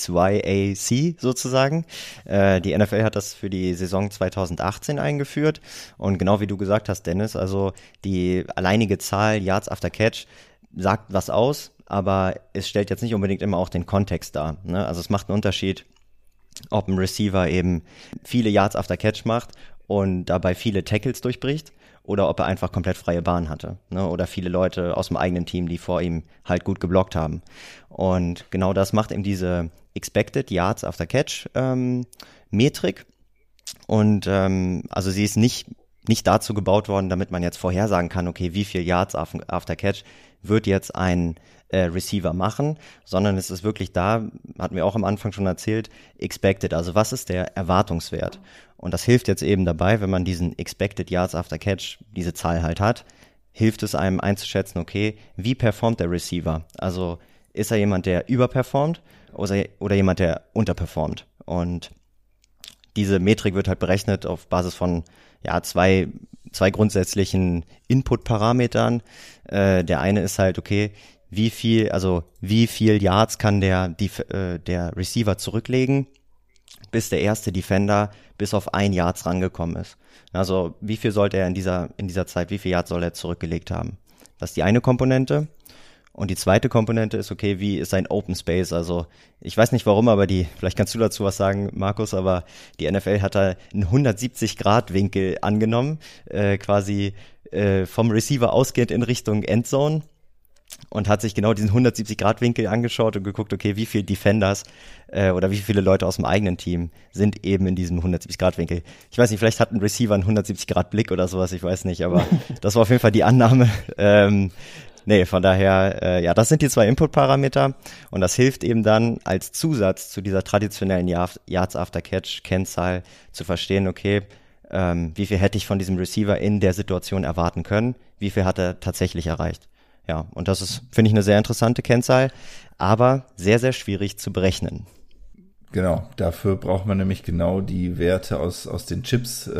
XYAC sozusagen. Die NFL hat das für die Saison 2018 eingeführt und genau wie du gesagt hast, Dennis, also die alleinige Zahl Yards After Catch sagt was aus, aber es stellt jetzt nicht unbedingt immer auch den Kontext dar, ne? Also es macht einen Unterschied, ob ein Receiver eben viele Yards After Catch macht und dabei viele Tackles durchbricht oder ob er einfach komplett freie Bahn hatte, ne? Oder viele Leute aus dem eigenen Team, die vor ihm halt gut geblockt haben. Und genau das macht eben diese Expected Yards After Catch Metrik. Und also sie ist nicht dazu gebaut worden, damit man jetzt vorhersagen kann, okay, wie viel Yards after Catch wird jetzt ein Receiver machen, sondern es ist wirklich da, hatten wir auch am Anfang schon erzählt, expected, also was ist der Erwartungswert? Und das hilft jetzt eben dabei, wenn man diesen expected Yards after Catch, diese Zahl halt hat, hilft es einem einzuschätzen, okay, wie performt der Receiver? Also ist er jemand, der überperformt oder jemand, der unterperformt? Und diese Metrik wird halt berechnet auf Basis von zwei grundsätzlichen Input-Parametern. Der eine ist halt, okay, wie viel Yards kann der Receiver zurücklegen, bis der erste Defender bis auf 1 Yards rangekommen ist. Also wie viel sollte er in dieser Zeit, wie viel Yards soll er zurückgelegt haben? Das ist die eine Komponente. Und die zweite Komponente ist, okay, wie ist sein Open Space? Also ich weiß nicht warum, aber vielleicht kannst du dazu was sagen, Markus, aber die NFL hat da einen 170-Grad-Winkel angenommen, quasi vom Receiver ausgehend in Richtung Endzone und hat sich genau diesen 170-Grad-Winkel angeschaut und geguckt, okay, wie viele Defenders oder wie viele Leute aus dem eigenen Team sind eben in diesem 170-Grad-Winkel. Ich weiß nicht, vielleicht hat ein Receiver einen 170-Grad-Blick oder sowas, ich weiß nicht, aber das war auf jeden Fall die Annahme. Von daher, das sind die 2 Input-Parameter und das hilft eben dann als Zusatz zu dieser traditionellen Yards After Catch Kennzahl zu verstehen, okay, wie viel hätte ich von diesem Receiver in der Situation erwarten können, wie viel hat er tatsächlich erreicht. Ja, und das ist, finde ich, eine sehr interessante Kennzahl, aber sehr, sehr schwierig zu berechnen. Genau, dafür braucht man nämlich genau die Werte aus den Chips,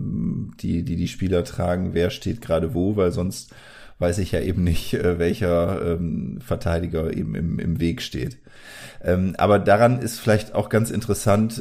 die Spieler tragen, wer steht gerade wo, weil sonst weiß ich ja eben nicht, welcher Verteidiger eben im Weg steht. Aber daran ist vielleicht auch ganz interessant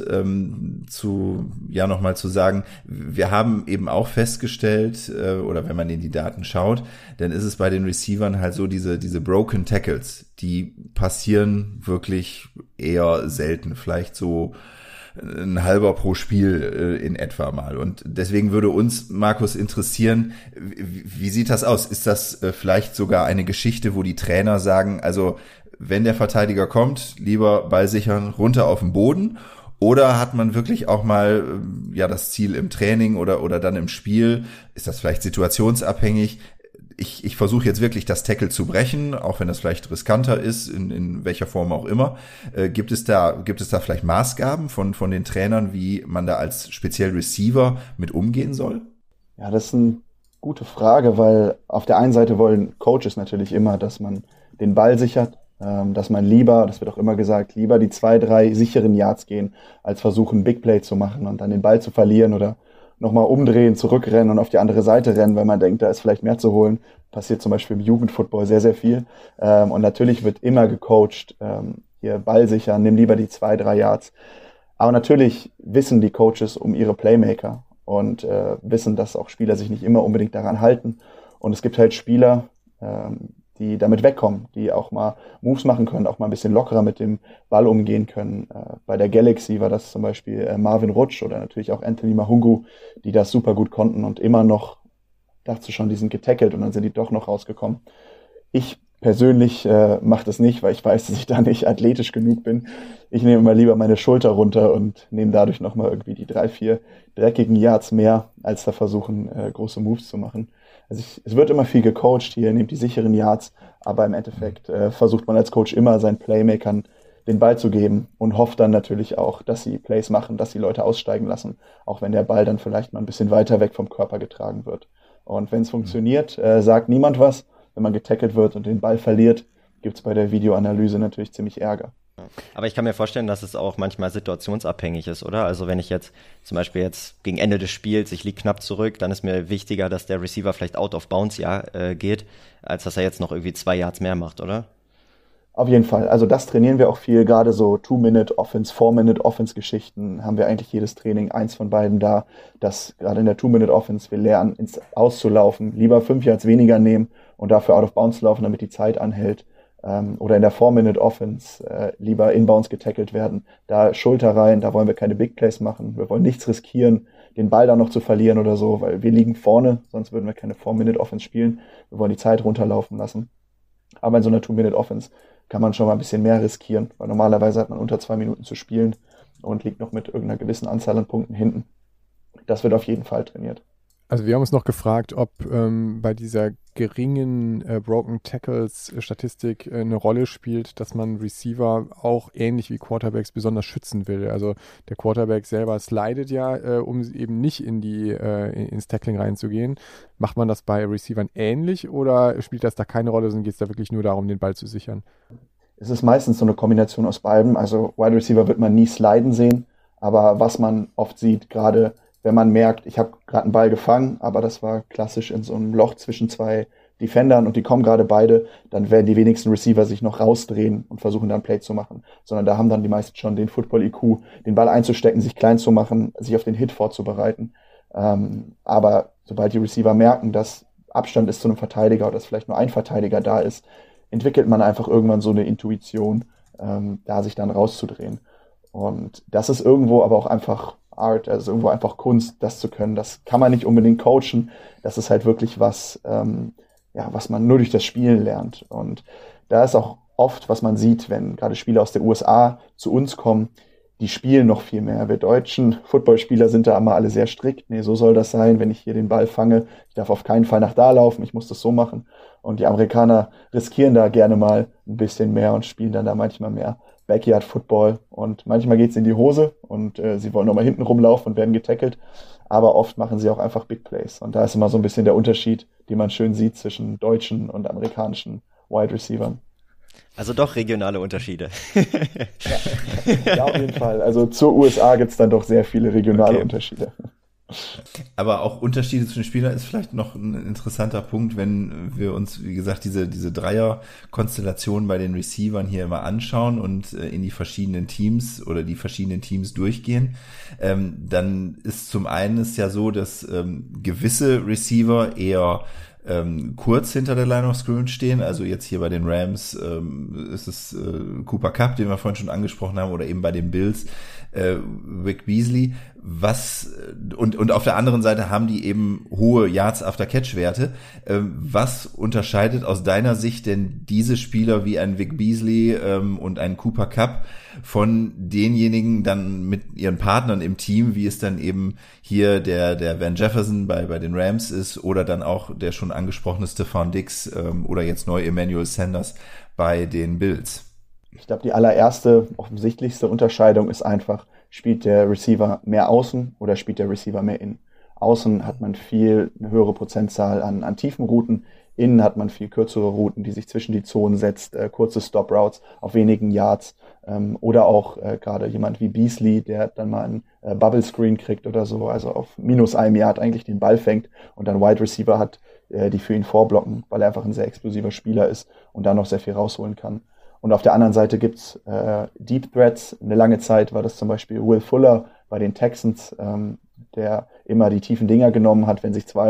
nochmal zu sagen, wir haben eben auch festgestellt, oder wenn man in die Daten schaut, dann ist es bei den Receivern halt so, diese Broken Tackles, die passieren wirklich eher selten, vielleicht so ein halber pro Spiel in etwa mal. Und deswegen würde uns, Markus, interessieren, wie sieht das aus? Ist das vielleicht sogar eine Geschichte, wo die Trainer sagen, also wenn der Verteidiger kommt, lieber Ball sichern, runter auf den Boden? Oder hat man wirklich auch mal das Ziel im Training oder dann im Spiel? Ist das vielleicht situationsabhängig? Ich versuche jetzt wirklich das Tackle zu brechen, auch wenn das vielleicht riskanter ist, in welcher Form auch immer. Gibt es da vielleicht Maßgaben von den Trainern, wie man da als speziell Receiver mit umgehen soll? Ja, das ist eine gute Frage, weil auf der einen Seite wollen Coaches natürlich immer, dass man den Ball sichert, dass man das wird auch immer gesagt, lieber die 2-3 sicheren Yards gehen, als versuchen, Big Play zu machen und dann den Ball zu verlieren oder nochmal umdrehen, zurückrennen und auf die andere Seite rennen, weil man denkt, da ist vielleicht mehr zu holen. Passiert zum Beispiel im Jugendfootball sehr, sehr viel. Und natürlich wird immer gecoacht, hier Ball sichern, nimm lieber die 2-3 Yards. Aber natürlich wissen die Coaches um ihre Playmaker und wissen, dass auch Spieler sich nicht immer unbedingt daran halten. Und es gibt halt Spieler, die damit wegkommen, die auch mal Moves machen können, auch mal ein bisschen lockerer mit dem Ball umgehen können. Bei der Galaxy war das zum Beispiel Marvin Rutsch oder natürlich auch Anthony Mahungu, die das super gut konnten und immer noch, dachte schon, die sind getackelt und dann sind die doch noch rausgekommen. Ich persönlich mache das nicht, weil ich weiß, dass ich da nicht athletisch genug bin. Ich nehme immer lieber meine Schulter runter und nehme dadurch nochmal irgendwie die 3-4 dreckigen Yards mehr, als da versuchen, große Moves zu machen. Also es wird immer viel gecoacht hier, nehmt die sicheren Yards, aber im Endeffekt versucht man als Coach immer seinen Playmakern den Ball zu geben und hofft dann natürlich auch, dass sie Plays machen, dass sie Leute aussteigen lassen, auch wenn der Ball dann vielleicht mal ein bisschen weiter weg vom Körper getragen wird. Und wenn es funktioniert, sagt niemand was. Wenn man getackelt wird und den Ball verliert, gibt es bei der Videoanalyse natürlich ziemlich Ärger. Aber ich kann mir vorstellen, dass es auch manchmal situationsabhängig ist, oder? Also wenn ich jetzt zum Beispiel jetzt gegen Ende des Spiels, ich liege knapp zurück, dann ist mir wichtiger, dass der Receiver vielleicht out of bounds geht, als dass er jetzt noch irgendwie 2 Yards mehr macht, oder? Auf jeden Fall. Also das trainieren wir auch viel. Gerade so 2-Minute-Offense, 4-Minute-Offense-Geschichten haben wir eigentlich jedes Training, eins von beiden da, dass gerade in der 2-Minute-Offense wir lernen, ins Auszulaufen, lieber 5 Yards weniger nehmen und dafür out of bounds laufen, damit die Zeit anhält. Oder in der 4-Minute-Offense lieber inbounds getackelt werden. Da Schulter rein, da wollen wir keine Big Plays machen. Wir wollen nichts riskieren, den Ball dann noch zu verlieren oder so, weil wir liegen vorne, sonst würden wir keine 4-Minute-Offense spielen. Wir wollen die Zeit runterlaufen lassen. Aber in so einer 2-Minute-Offense kann man schon mal ein bisschen mehr riskieren, weil normalerweise hat man unter 2 Minuten zu spielen und liegt noch mit irgendeiner gewissen Anzahl an Punkten hinten. Das wird auf jeden Fall trainiert. Also wir haben uns noch gefragt, ob bei dieser geringen Broken Tackles Statistik eine Rolle spielt, dass man Receiver auch ähnlich wie Quarterbacks besonders schützen will. Also der Quarterback selber slidet ja, um eben nicht ins Tackling reinzugehen. Macht man das bei Receivern ähnlich oder spielt das da keine Rolle, sondern geht es da wirklich nur darum, den Ball zu sichern? Es ist meistens so eine Kombination aus beidem. Also Wide Receiver wird man nie sliden sehen, aber was man oft sieht, gerade wenn man merkt, ich habe gerade einen Ball gefangen, aber das war klassisch in so einem Loch zwischen 2 Defendern und die kommen gerade beide, dann werden die wenigsten Receiver sich noch rausdrehen und versuchen dann Play zu machen, sondern da haben dann die meisten schon den Football-IQ, den Ball einzustecken, sich klein zu machen, sich auf den Hit vorzubereiten. Aber sobald die Receiver merken, dass Abstand ist zu einem Verteidiger oder dass vielleicht nur ein Verteidiger da ist, entwickelt man einfach irgendwann so eine Intuition, da sich dann rauszudrehen. Und das ist irgendwo aber auch einfach Art, also irgendwo einfach Kunst, das zu können. Das kann man nicht unbedingt coachen. Das ist halt wirklich was, was man nur durch das Spielen lernt. Und da ist auch oft, was man sieht, wenn gerade Spieler aus den USA zu uns kommen, die spielen noch viel mehr. Wir deutschen Footballspieler sind da immer alle sehr strikt. Nee, so soll das sein, wenn ich hier den Ball fange. Ich darf auf keinen Fall nach da laufen, ich muss das so machen. Und die Amerikaner riskieren da gerne mal ein bisschen mehr und spielen dann da manchmal mehr Backyard Football und manchmal geht's in die Hose und sie wollen nochmal hinten rumlaufen und werden getackelt, aber oft machen sie auch einfach Big Plays und da ist immer so ein bisschen der Unterschied, den man schön sieht zwischen deutschen und amerikanischen Wide Receivern. Also doch regionale Unterschiede. Ja, auf jeden Fall. Also zur USA gibt's dann doch sehr viele regionale Unterschiede. Aber auch Unterschiede zwischen Spielern ist vielleicht noch ein interessanter Punkt, wenn wir uns, wie gesagt, diese Dreier-Konstellation bei den Receivern hier immer anschauen und in die verschiedenen Teams oder die verschiedenen Teams durchgehen. Dann ist zum einen ist ja so, dass gewisse Receiver eher kurz hinter der Line of Scrimmage stehen. Also jetzt hier bei den Rams ist es Cooper Kupp, den wir vorhin schon angesprochen haben, oder eben bei den Bills Vic Beasley. Und auf der anderen Seite haben die eben hohe Yards-After-Catch-Werte. Was unterscheidet aus deiner Sicht denn diese Spieler wie ein Vic Beasley und ein Cooper Kupp von denjenigen dann mit ihren Partnern im Team, wie es dann eben hier der Van Jefferson bei den Rams ist oder dann auch der schon angesprochene Stefan Diggs oder jetzt neu Emmanuel Sanders bei den Bills? Ich glaube, die allererste, offensichtlichste Unterscheidung ist einfach, spielt der Receiver mehr außen oder spielt der Receiver mehr innen? Außen hat man eine höhere Prozentzahl an tiefen Routen, innen hat man viel kürzere Routen, die sich zwischen die Zonen setzt, kurze Stop-Routes auf wenigen Yards oder auch gerade jemand wie Beasley, der dann mal einen Bubble-Screen kriegt oder so, also auf -1 Yard eigentlich den Ball fängt und dann Wide Receiver hat, die für ihn vorblocken, weil er einfach ein sehr explosiver Spieler ist und da noch sehr viel rausholen kann. Und auf der anderen Seite gibt's Deep Threats. Eine lange Zeit war das zum Beispiel Will Fuller bei den Texans, der immer die tiefen Dinger genommen hat, wenn sich 2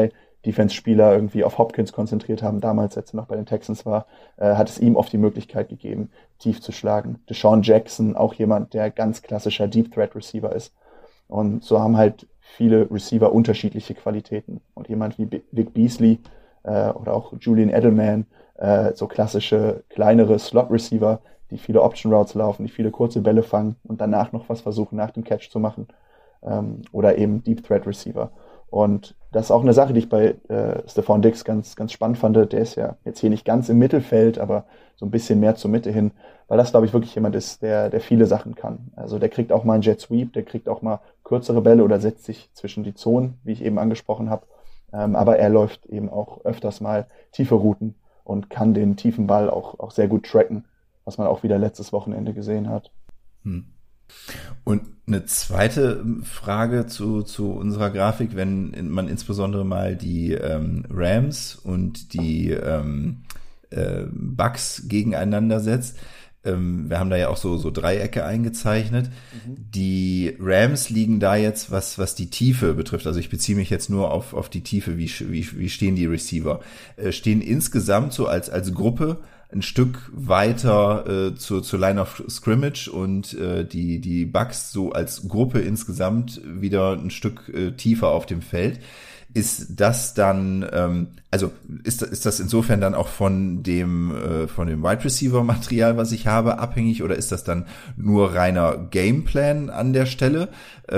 Defense-Spieler irgendwie auf Hopkins konzentriert haben, damals, als er noch bei den Texans war, hat es ihm oft die Möglichkeit gegeben, tief zu schlagen. Deshaun Jackson, auch jemand, der ganz klassischer Deep-Threat-Receiver ist. Und so haben halt viele Receiver unterschiedliche Qualitäten. Und jemand wie Vic Beasley oder auch Julian Edelman, so klassische, kleinere Slot-Receiver, die viele Option-Routes laufen, die viele kurze Bälle fangen und danach noch was versuchen, nach dem Catch zu machen. Oder eben Deep-Threat-Receiver. Und das ist auch eine Sache, die ich bei Stefon Diggs ganz, ganz spannend fand. Der ist ja jetzt hier nicht ganz im Mittelfeld, aber so ein bisschen mehr zur Mitte hin, weil das, glaube ich, wirklich jemand ist, der viele Sachen kann. Also der kriegt auch mal einen Jet Sweep, der kriegt auch mal kürzere Bälle oder setzt sich zwischen die Zonen, wie ich eben angesprochen habe. Aber er läuft eben auch öfters mal tiefe Routen und kann den tiefen Ball auch sehr gut tracken, was man auch wieder letztes Wochenende gesehen hat. Und eine zweite Frage zu unserer Grafik, wenn man insbesondere mal die Rams und die Bucks gegeneinander setzt. Wir haben da ja auch so Dreiecke eingezeichnet. Die Rams liegen da jetzt, was die Tiefe betrifft. Also ich beziehe mich jetzt nur auf die Tiefe. Wie stehen die Receiver? Stehen insgesamt so als Gruppe ein Stück weiter zur Line of Scrimmage und die Bucks so als Gruppe insgesamt wieder ein Stück tiefer auf dem Feld. Ist das dann, ist das insofern dann auch von dem Wide Receiver Material, was ich habe, abhängig, oder ist das dann nur reiner Gameplan an der Stelle?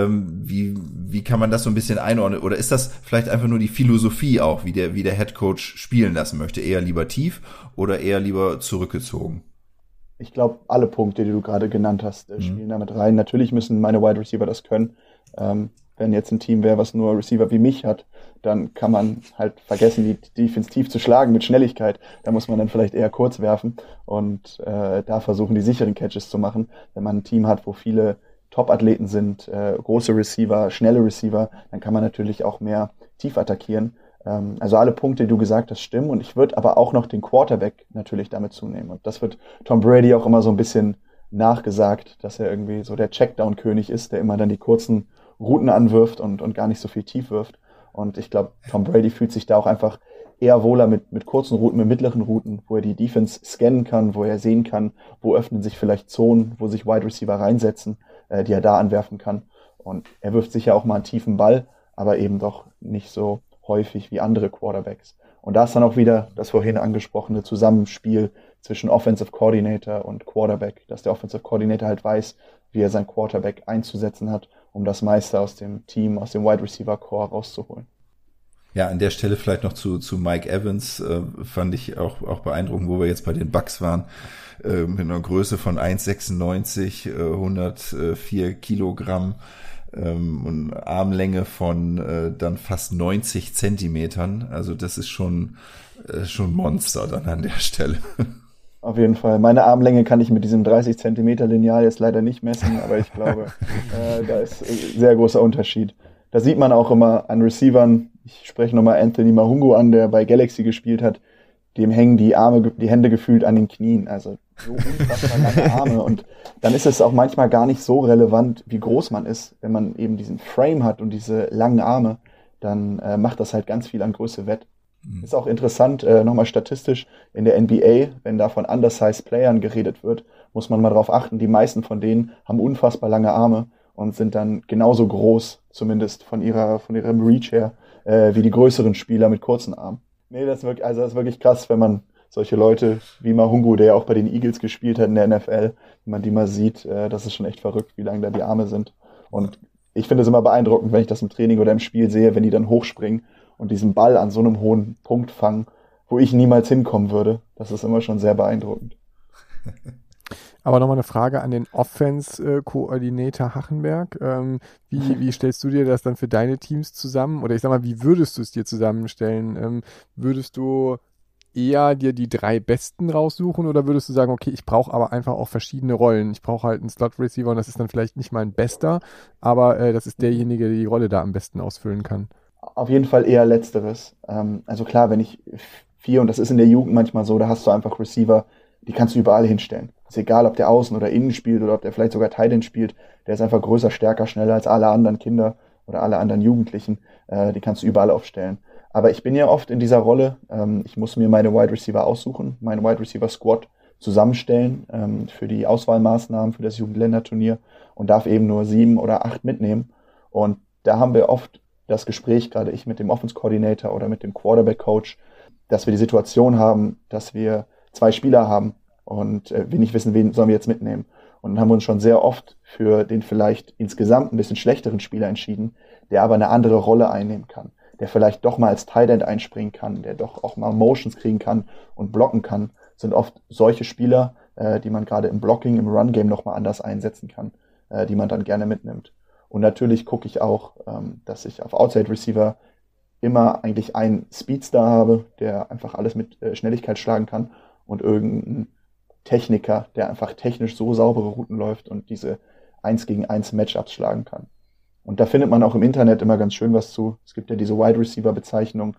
Wie kann man das so ein bisschen einordnen? Oder ist das vielleicht einfach nur die Philosophie auch, wie der Head Coach spielen lassen möchte? Eher lieber tief oder eher lieber zurückgezogen? Ich glaube, alle Punkte, die du gerade genannt hast, spielen damit rein. Natürlich müssen meine Wide Receiver das können. Wenn jetzt ein Team wäre, was nur Receiver wie mich hat, dann kann man halt vergessen, die Defense tief zu schlagen mit Schnelligkeit. Da muss man dann vielleicht eher kurz werfen und da versuchen, die sicheren Catches zu machen. Wenn man ein Team hat, wo viele Top-Athleten sind, große Receiver, schnelle Receiver, dann kann man natürlich auch mehr tief attackieren. Also alle Punkte, die du gesagt hast, stimmen. Und ich würde aber auch noch den Quarterback natürlich damit zunehmen. Und das wird Tom Brady auch immer so ein bisschen nachgesagt, dass er irgendwie so der Checkdown-König ist, der immer dann die kurzen Routen anwirft und gar nicht so viel tief wirft. Und ich glaube, Tom Brady fühlt sich da auch einfach eher wohler mit kurzen Routen, mit mittleren Routen, wo er die Defense scannen kann, wo er sehen kann, wo öffnen sich vielleicht Zonen, wo sich Wide Receiver reinsetzen, die er da anwerfen kann. Und er wirft sicher auch mal einen tiefen Ball, aber eben doch nicht so häufig wie andere Quarterbacks. Und da ist dann auch wieder das vorhin angesprochene Zusammenspiel zwischen Offensive Coordinator und Quarterback, dass der Offensive Coordinator halt weiß, wie er seinen Quarterback einzusetzen hat, um das meiste aus dem Team, aus dem Wide Receiver Core rauszuholen. Ja, an der Stelle vielleicht noch zu Mike Evans, fand ich auch beeindruckend, wo wir jetzt bei den Bucks waren, mit einer Größe von 1,96, 104 Kilogramm, und Armlänge von dann fast 90 Zentimetern. Also das ist schon Monster dann an der Stelle. Auf jeden Fall. Meine Armlänge kann ich mit diesem 30 Zentimeter Lineal jetzt leider nicht messen, aber ich glaube, da ist ein sehr großer Unterschied. Da sieht man auch immer an Receivern, ich spreche nochmal Anthony Mahungu an, der bei Galaxy gespielt hat, dem hängen die Hände gefühlt an den Knien. Also so unfassbar lange Arme. Und dann ist es auch manchmal gar nicht so relevant, wie groß man ist. Wenn man eben diesen Frame hat und diese langen Arme, dann macht das halt ganz viel an Größe wett. Ist auch interessant, nochmal statistisch, in der NBA, wenn da von undersized Playern geredet wird, muss man mal darauf achten, die meisten von denen haben unfassbar lange Arme und sind dann genauso groß, zumindest von ihrem Reach her, wie die größeren Spieler mit kurzen Armen. Nee, das ist wirklich krass, wenn man solche Leute wie Mahungu, der ja auch bei den Eagles gespielt hat in der NFL, wenn man die mal sieht, das ist schon echt verrückt, wie lang da die Arme sind. Und ich finde es immer beeindruckend, wenn ich das im Training oder im Spiel sehe, wenn die dann hochspringen und diesen Ball an so einem hohen Punkt fangen, wo ich niemals hinkommen würde. Das ist immer schon sehr beeindruckend. Aber nochmal eine Frage an den Offense-Koordinator Hachenberg. Wie stellst du dir das dann für deine Teams zusammen? Oder ich sag mal, wie würdest du es dir zusammenstellen? Würdest du eher dir die 3 Besten raussuchen oder würdest du sagen, okay, ich brauche aber einfach auch verschiedene Rollen. Ich brauche halt einen Slot-Receiver und das ist dann vielleicht nicht mein Bester, aber das ist derjenige, der die Rolle da am besten ausfüllen kann. Auf jeden Fall eher Letzteres. Also klar, wenn ich 4, und das ist in der Jugend manchmal so, da hast du einfach Receiver, die kannst du überall hinstellen. Ist egal, ob der außen oder innen spielt oder ob der vielleicht sogar Tight End spielt. Der ist einfach größer, stärker, schneller als alle anderen Kinder oder alle anderen Jugendlichen. Die kannst du überall aufstellen. Aber ich bin ja oft in dieser Rolle, ich muss mir meine Wide Receiver aussuchen, meinen Wide Receiver Squad zusammenstellen für die Auswahlmaßnahmen für das Jugendländerturnier und darf eben nur 7 oder 8 mitnehmen. Und da haben wir oft das Gespräch, gerade ich mit dem Offense Coordinator oder mit dem Quarterback Coach, dass wir die Situation haben, dass wir 2 Spieler haben und wir nicht wissen, wen sollen wir jetzt mitnehmen. Und dann haben wir uns schon sehr oft für den vielleicht insgesamt ein bisschen schlechteren Spieler entschieden, der aber eine andere Rolle einnehmen kann, der vielleicht doch mal als Tight End einspringen kann, der doch auch mal Motions kriegen kann und blocken kann, sind oft solche Spieler, die man gerade im Blocking, im Run-Game nochmal anders einsetzen kann, die man dann gerne mitnimmt. Und natürlich gucke ich auch, dass ich auf Outside Receiver immer eigentlich einen Speedstar habe, der einfach alles mit Schnelligkeit schlagen kann und irgendeinen Techniker, der einfach technisch so saubere Routen läuft und diese 1 gegen 1 Matchups schlagen kann. Und da findet man auch im Internet immer ganz schön was zu. Es gibt ja diese Wide Receiver Bezeichnung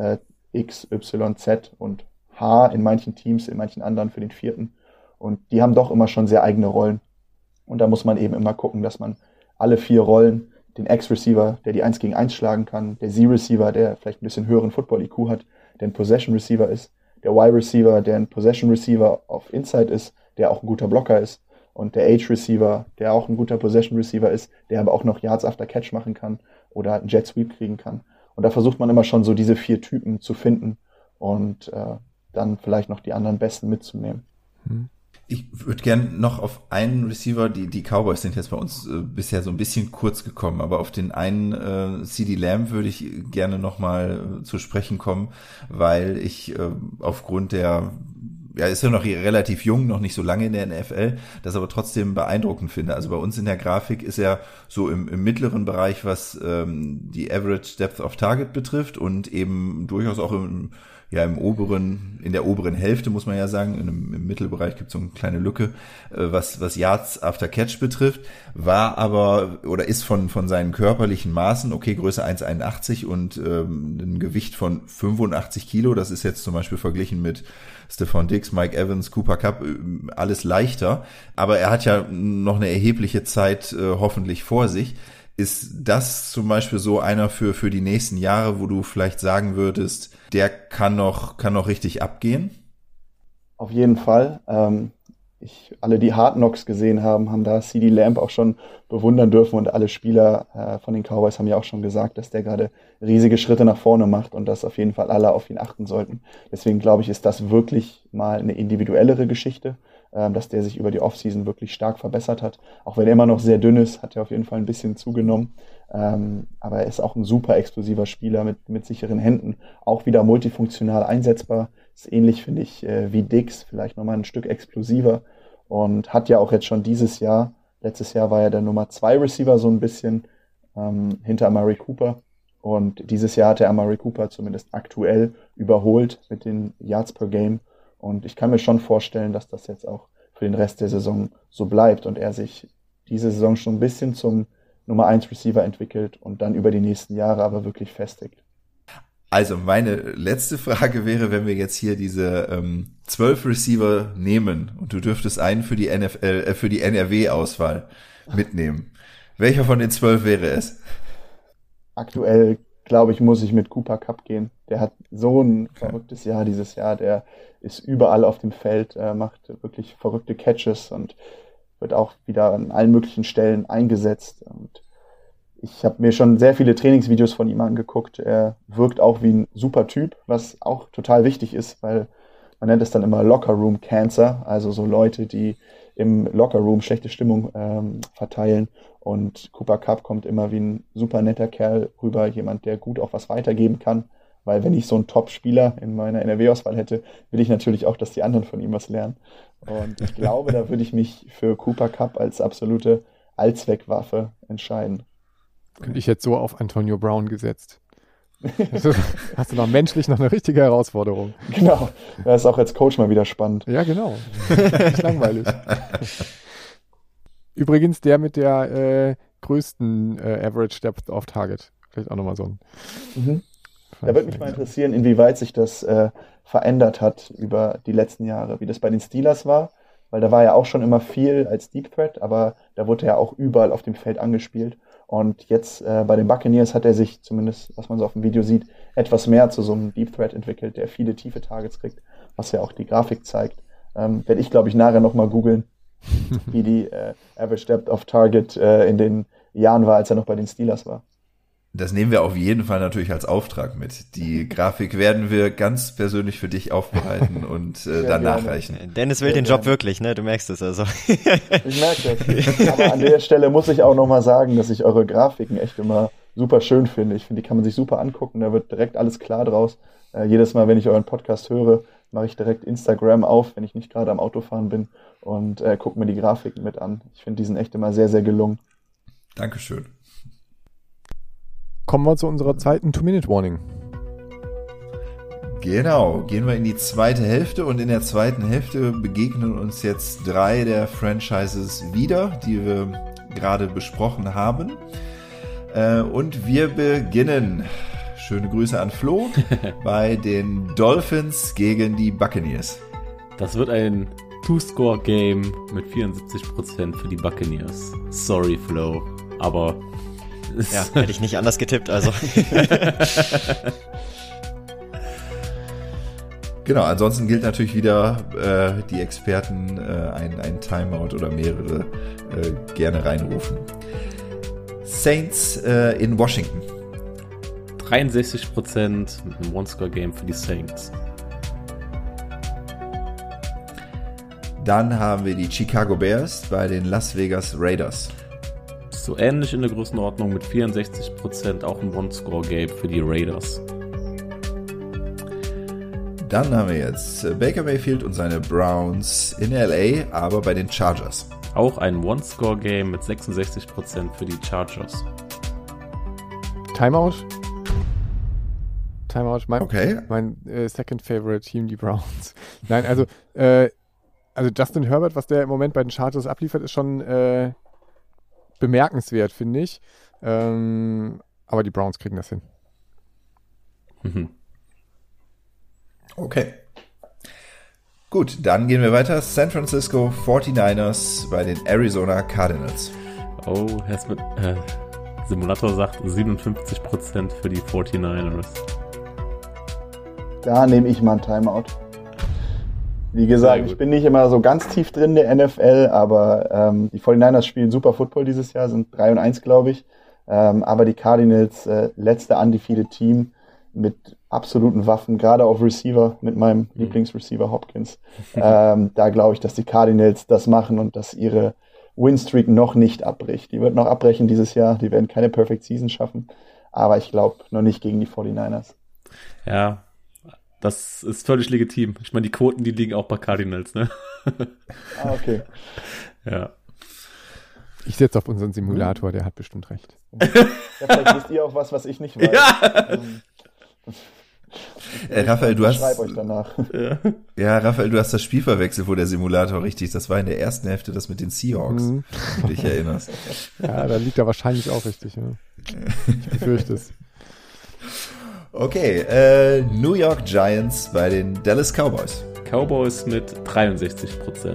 X, Y, Z und H in manchen Teams, in manchen anderen für den 4. Und die haben doch immer schon sehr eigene Rollen. Und da muss man eben immer gucken, dass man alle 4 Rollen, den X-Receiver, der die 1 gegen 1 schlagen kann, der Z-Receiver, der vielleicht ein bisschen höheren Football-IQ hat, der ein Possession-Receiver ist, der Y-Receiver, der ein Possession-Receiver auf Inside ist, der auch ein guter Blocker ist, und der H-Receiver, der auch ein guter Possession-Receiver ist, der aber auch noch Yards after Catch machen kann oder einen Jet-Sweep kriegen kann. Und da versucht man immer schon so diese 4 Typen zu finden und dann vielleicht noch die anderen Besten mitzunehmen. Ich würde gerne noch auf einen Receiver, die Cowboys sind jetzt bei uns bisher so ein bisschen kurz gekommen, aber auf den einen CeeDee Lamb würde ich gerne nochmal zu sprechen kommen, weil ich aufgrund ist ja noch relativ jung, noch nicht so lange in der NFL, das aber trotzdem beeindruckend finde. Also bei uns in der Grafik ist er so im mittleren Bereich, was die Average Depth of Target betrifft und eben durchaus auch in der oberen Hälfte, muss man ja sagen, im Mittelbereich gibt es so eine kleine Lücke, was Yards after Catch betrifft, ist von seinen körperlichen Maßen, okay, Größe 1,81 und ein Gewicht von 85 Kilo, das ist jetzt zum Beispiel verglichen mit Stephon Diggs, Mike Evans, Cooper Kupp, alles leichter, aber er hat ja noch eine erhebliche Zeit hoffentlich vor sich. Ist das zum Beispiel so einer für die nächsten Jahre, wo du vielleicht sagen würdest, der kann noch richtig abgehen? Auf jeden Fall. Alle, die Hard Knocks gesehen haben da CeeDee Lamb auch schon bewundern dürfen und alle Spieler von den Cowboys haben ja auch schon gesagt, dass der gerade riesige Schritte nach vorne macht und dass auf jeden Fall alle auf ihn achten sollten. Deswegen glaube ich, ist das wirklich mal eine individuellere Geschichte, dass der sich über die Offseason wirklich stark verbessert hat. Auch wenn er immer noch sehr dünn ist, hat er auf jeden Fall ein bisschen zugenommen. Aber er ist auch ein super explosiver Spieler mit sicheren Händen. Auch wieder multifunktional einsetzbar. Ist ähnlich, finde ich, wie Diggs, vielleicht nochmal ein Stück explosiver. Und hat ja auch jetzt schon letztes Jahr war er der Nummer 2 Receiver so ein bisschen hinter Amari Cooper. Und dieses Jahr hat er Amari Cooper zumindest aktuell überholt mit den Yards per Game. Und ich kann mir schon vorstellen, dass das jetzt auch für den Rest der Saison so bleibt und er sich diese Saison schon ein bisschen zum Nummer 1 Receiver entwickelt und dann über die nächsten Jahre aber wirklich festigt. Also meine letzte Frage wäre, wenn wir jetzt hier diese 12 Receiver nehmen und du dürftest einen für die NRW-Auswahl mitnehmen. Welcher von den 12 wäre es? Aktuell, glaube ich, muss ich mit Cooper Kupp gehen. Der hat so ein verrücktes Jahr dieses Jahr. Der ist überall auf dem Feld, macht wirklich verrückte Catches und wird auch wieder an allen möglichen Stellen eingesetzt. Und ich habe mir schon sehr viele Trainingsvideos von ihm angeguckt. Er wirkt auch wie ein super Typ, was auch total wichtig ist, weil man nennt es dann immer Locker Room Cancer, also so Leute, die im Locker Room schlechte Stimmung verteilen. Und Cooper Kupp kommt immer wie ein super netter Kerl rüber, jemand, der gut auch was weitergeben kann. Weil wenn ich so einen Top-Spieler in meiner NRW-Auswahl hätte, will ich natürlich auch, dass die anderen von ihm was lernen. Und ich glaube, da würde ich mich für Cooper Kupp als absolute Allzweckwaffe entscheiden. Könnte ich jetzt so auf Antonio Brown gesetzt. Hast du noch menschlich noch eine richtige Herausforderung. Genau, das ist auch als Coach mal wieder spannend. Ja, genau. Nicht langweilig. Übrigens der mit der größten Average Depth of Target. Vielleicht auch nochmal so ein... Da würde mich mal interessieren, inwieweit sich das verändert hat über die letzten Jahre, wie das bei den Steelers war, weil da war ja auch schon immer viel als Deep Threat, aber da wurde ja auch überall auf dem Feld angespielt Und jetzt bei den Buccaneers hat er sich, zumindest was man so auf dem Video sieht, etwas mehr zu so einem Deep Threat entwickelt, der viele tiefe Targets kriegt, was ja auch die Grafik zeigt. Werde ich, glaube ich, nachher nochmal googeln, wie die Average Depth of Target in den Jahren war, als er noch bei den Steelers war. Das nehmen wir auf jeden Fall natürlich als Auftrag mit. Die Grafik werden wir ganz persönlich für dich aufbereiten und dann nachreichen. Dennis will den Job wirklich, ne? Du merkst es also. Ich merke das. Aber an der Stelle muss ich auch nochmal sagen, dass ich eure Grafiken echt immer super schön finde. Ich finde, die kann man sich super angucken. Da wird direkt alles klar draus. Jedes Mal, wenn ich euren Podcast höre, mache ich direkt Instagram auf, wenn ich nicht gerade am Autofahren bin und gucke mir die Grafiken mit an. Ich finde, die sind echt immer sehr, sehr gelungen. Dankeschön. Kommen wir zu unserer zweiten 2-Minute-Warning. Genau, gehen wir in die zweite Hälfte und in der zweiten Hälfte begegnen uns jetzt 3 der Franchises wieder, die wir gerade besprochen haben. Und wir beginnen, schöne Grüße an Flo, bei den Dolphins gegen die Buccaneers. Das wird ein Two-Score-Game mit 74% für die Buccaneers. Sorry, Flo, aber... Ja, hätte ich nicht anders getippt, also. Genau, ansonsten gilt natürlich wieder, die Experten ein Timeout oder mehrere gerne reinrufen. Saints in Washington. 63% mit einem One-Score-Game für die Saints. Dann haben wir die Chicago Bears bei den Las Vegas Raiders. So ähnlich in der Größenordnung mit 64%, auch ein One-Score-Game für die Raiders. Dann haben wir jetzt Baker Mayfield und seine Browns in LA, aber bei den Chargers. Auch ein One-Score-Game mit 66% für die Chargers. Timeout, Okay. mein second favorite Team, die Browns. Nein, also Justin Herbert, was der im Moment bei den Chargers abliefert, ist schon bemerkenswert, finde ich. Aber die Browns kriegen das hin. Okay. Gut, dann gehen wir weiter. San Francisco 49ers bei den Arizona Cardinals. Oh, Simulator sagt 57% für die 49ers. Da nehme ich mal ein Timeout. Wie gesagt, ich bin nicht immer so ganz tief drin in der NFL, aber die 49ers spielen super Football dieses Jahr, sind 3-1, glaube ich. Aber die Cardinals, letzte undefeated Team mit absoluten Waffen, gerade auf Receiver, mit meinem Lieblingsreceiver Hopkins. Da glaube ich, dass die Cardinals das machen und dass ihre Winstreak noch nicht abbricht. Die wird noch abbrechen dieses Jahr, die werden keine Perfect Season schaffen, aber ich glaube noch nicht gegen die 49ers. Ja, das ist völlig legitim. Ich meine, die Quoten, die liegen auch bei Cardinals, ne? Okay. Ja. Ich setze auf unseren Simulator, der hat bestimmt recht. Ja, vielleicht wisst ihr auch was ich nicht weiß. Ja. Raphael, du hast. Schreib euch danach. Ja, Raphael, du hast das Spiel verwechselt, wo der Simulator richtig. Das war in der ersten Hälfte das mit den Seahawks, wenn du dich erinnerst. Ja, da liegt er wahrscheinlich auch richtig. Ja. Ich befürchte es. Okay, New York Giants bei den Dallas Cowboys. Cowboys mit 63%.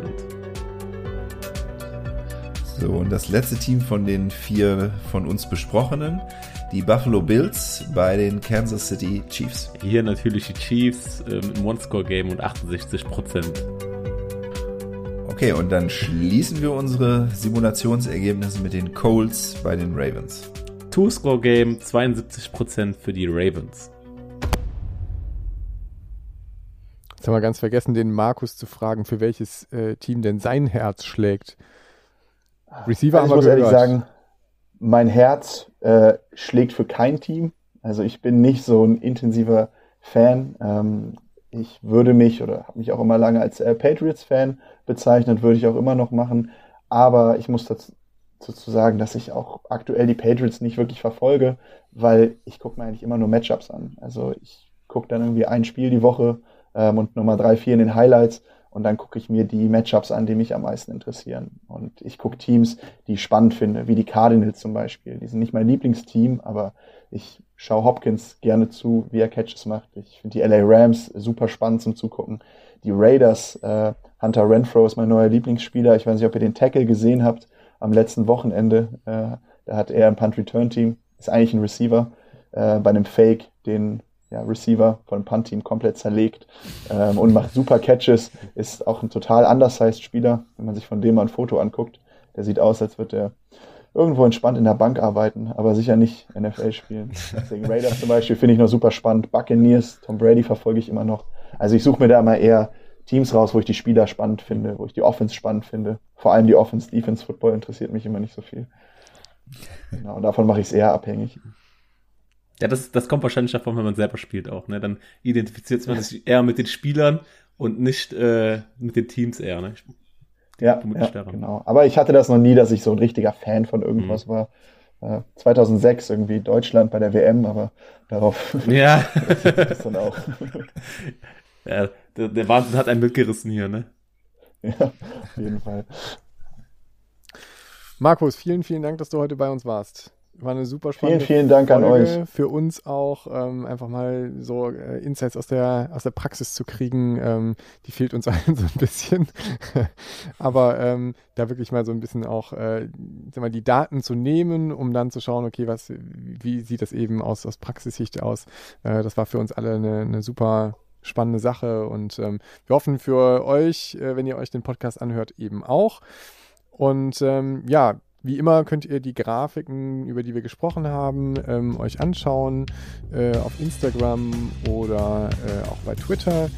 So, und das letzte Team von den 4 von uns besprochenen, die Buffalo Bills bei den Kansas City Chiefs. Hier natürlich die Chiefs im One-Score-Game und 68%. Okay, und dann schließen wir unsere Simulationsergebnisse mit den Colts bei den Ravens. Two-Score-Game 72% für die Ravens. Jetzt haben wir ganz vergessen, den Markus zu fragen, für welches Team denn sein Herz schlägt. Receiver Also haben ich wir muss gehört. ehrlich sagen, mein Herz schlägt für kein Team. Also ich bin nicht so ein intensiver Fan. Ich würde mich oder habe mich auch immer lange als Patriots-Fan bezeichnet, würde ich auch immer noch machen. Aber ich muss dazu sagen, dass ich auch aktuell die Patriots nicht wirklich verfolge, weil ich gucke mir eigentlich immer nur Matchups an. Also ich gucke dann irgendwie ein Spiel die Woche und Nummer 3, 4 in den Highlights und dann gucke ich mir die Matchups an, die mich am meisten interessieren. Und ich gucke Teams, die ich spannend finde, wie die Cardinals zum Beispiel. Die sind nicht mein Lieblingsteam, aber ich schaue Hopkins gerne zu, wie er Catches macht. Ich finde die LA Rams super spannend zum Zugucken. Die Raiders, Hunter Renfrow ist mein neuer Lieblingsspieler. Ich weiß nicht, ob ihr den Tackle gesehen habt am letzten Wochenende. Da Da hat er im Punt-Return-Team, ist eigentlich ein Receiver, bei einem Fake den Receiver von dem Punt-Team komplett zerlegt und macht super Catches, ist auch ein total undersized Spieler, wenn man sich von dem mal ein Foto anguckt. Der sieht aus, als würde er irgendwo entspannt in der Bank arbeiten, aber sicher nicht NFL spielen. Deswegen Raiders zum Beispiel finde ich noch super spannend. Buccaneers, Tom Brady verfolge ich immer noch. Also ich suche mir da immer eher Teams raus, wo ich die Spieler spannend finde, wo ich die Offense spannend finde. Vor allem die Offense, Defense, Football interessiert mich immer nicht so viel. Genau, und davon mache ich es eher abhängig. Ja, das kommt wahrscheinlich davon, wenn man selber spielt auch, ne? Dann identifiziert man sich eher mit den Spielern und nicht mit den Teams eher, ne? Ja, genau. Aber ich hatte das noch nie, dass ich so ein richtiger Fan von irgendwas war. 2006 irgendwie Deutschland bei der WM, aber darauf ja. das dann auch. Ja, der Wahnsinn hat einen mitgerissen hier, ne? Ja, auf jeden Fall. Markus, vielen, vielen Dank, dass du heute bei uns warst. War eine super spannende Vielen Dank Folge an euch. Für uns auch, einfach mal so Insights aus der Praxis zu kriegen. Die fehlt uns allen so ein bisschen. Aber da wirklich mal so ein bisschen auch die Daten zu nehmen, um dann zu schauen, okay, wie sieht das eben aus Praxissicht aus. Das war für uns alle eine super spannende Sache und wir hoffen für euch, wenn ihr euch den Podcast anhört, eben auch. Und wie immer könnt ihr die Grafiken, über die wir gesprochen haben, euch anschauen auf Instagram oder auch bei Twitter.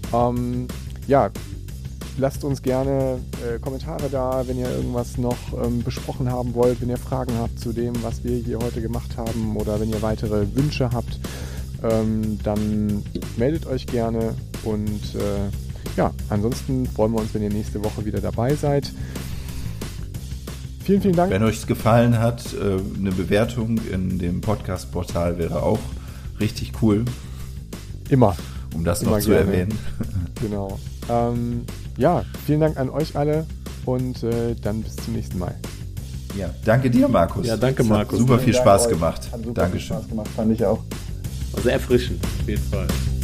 Lasst uns gerne Kommentare da, wenn ihr irgendwas noch besprochen haben wollt, wenn ihr Fragen habt zu dem, was wir hier heute gemacht haben oder wenn ihr weitere Wünsche habt, dann meldet euch gerne und ansonsten freuen wir uns, wenn ihr nächste Woche wieder dabei seid. Vielen, vielen Dank. Wenn euch es gefallen hat, eine Bewertung in dem Podcast-Portal wäre auch richtig cool. Immer. Um das Immer noch zu gerne erwähnen. Genau. Vielen Dank an euch alle und dann bis zum nächsten Mal. Ja, danke dir, Markus. Ja, danke, Markus. Super viel Spaß euch. gemacht. Hat super Dankeschön. viel Spaß gemacht, fand ich auch. War sehr erfrischend, auf jeden Fall.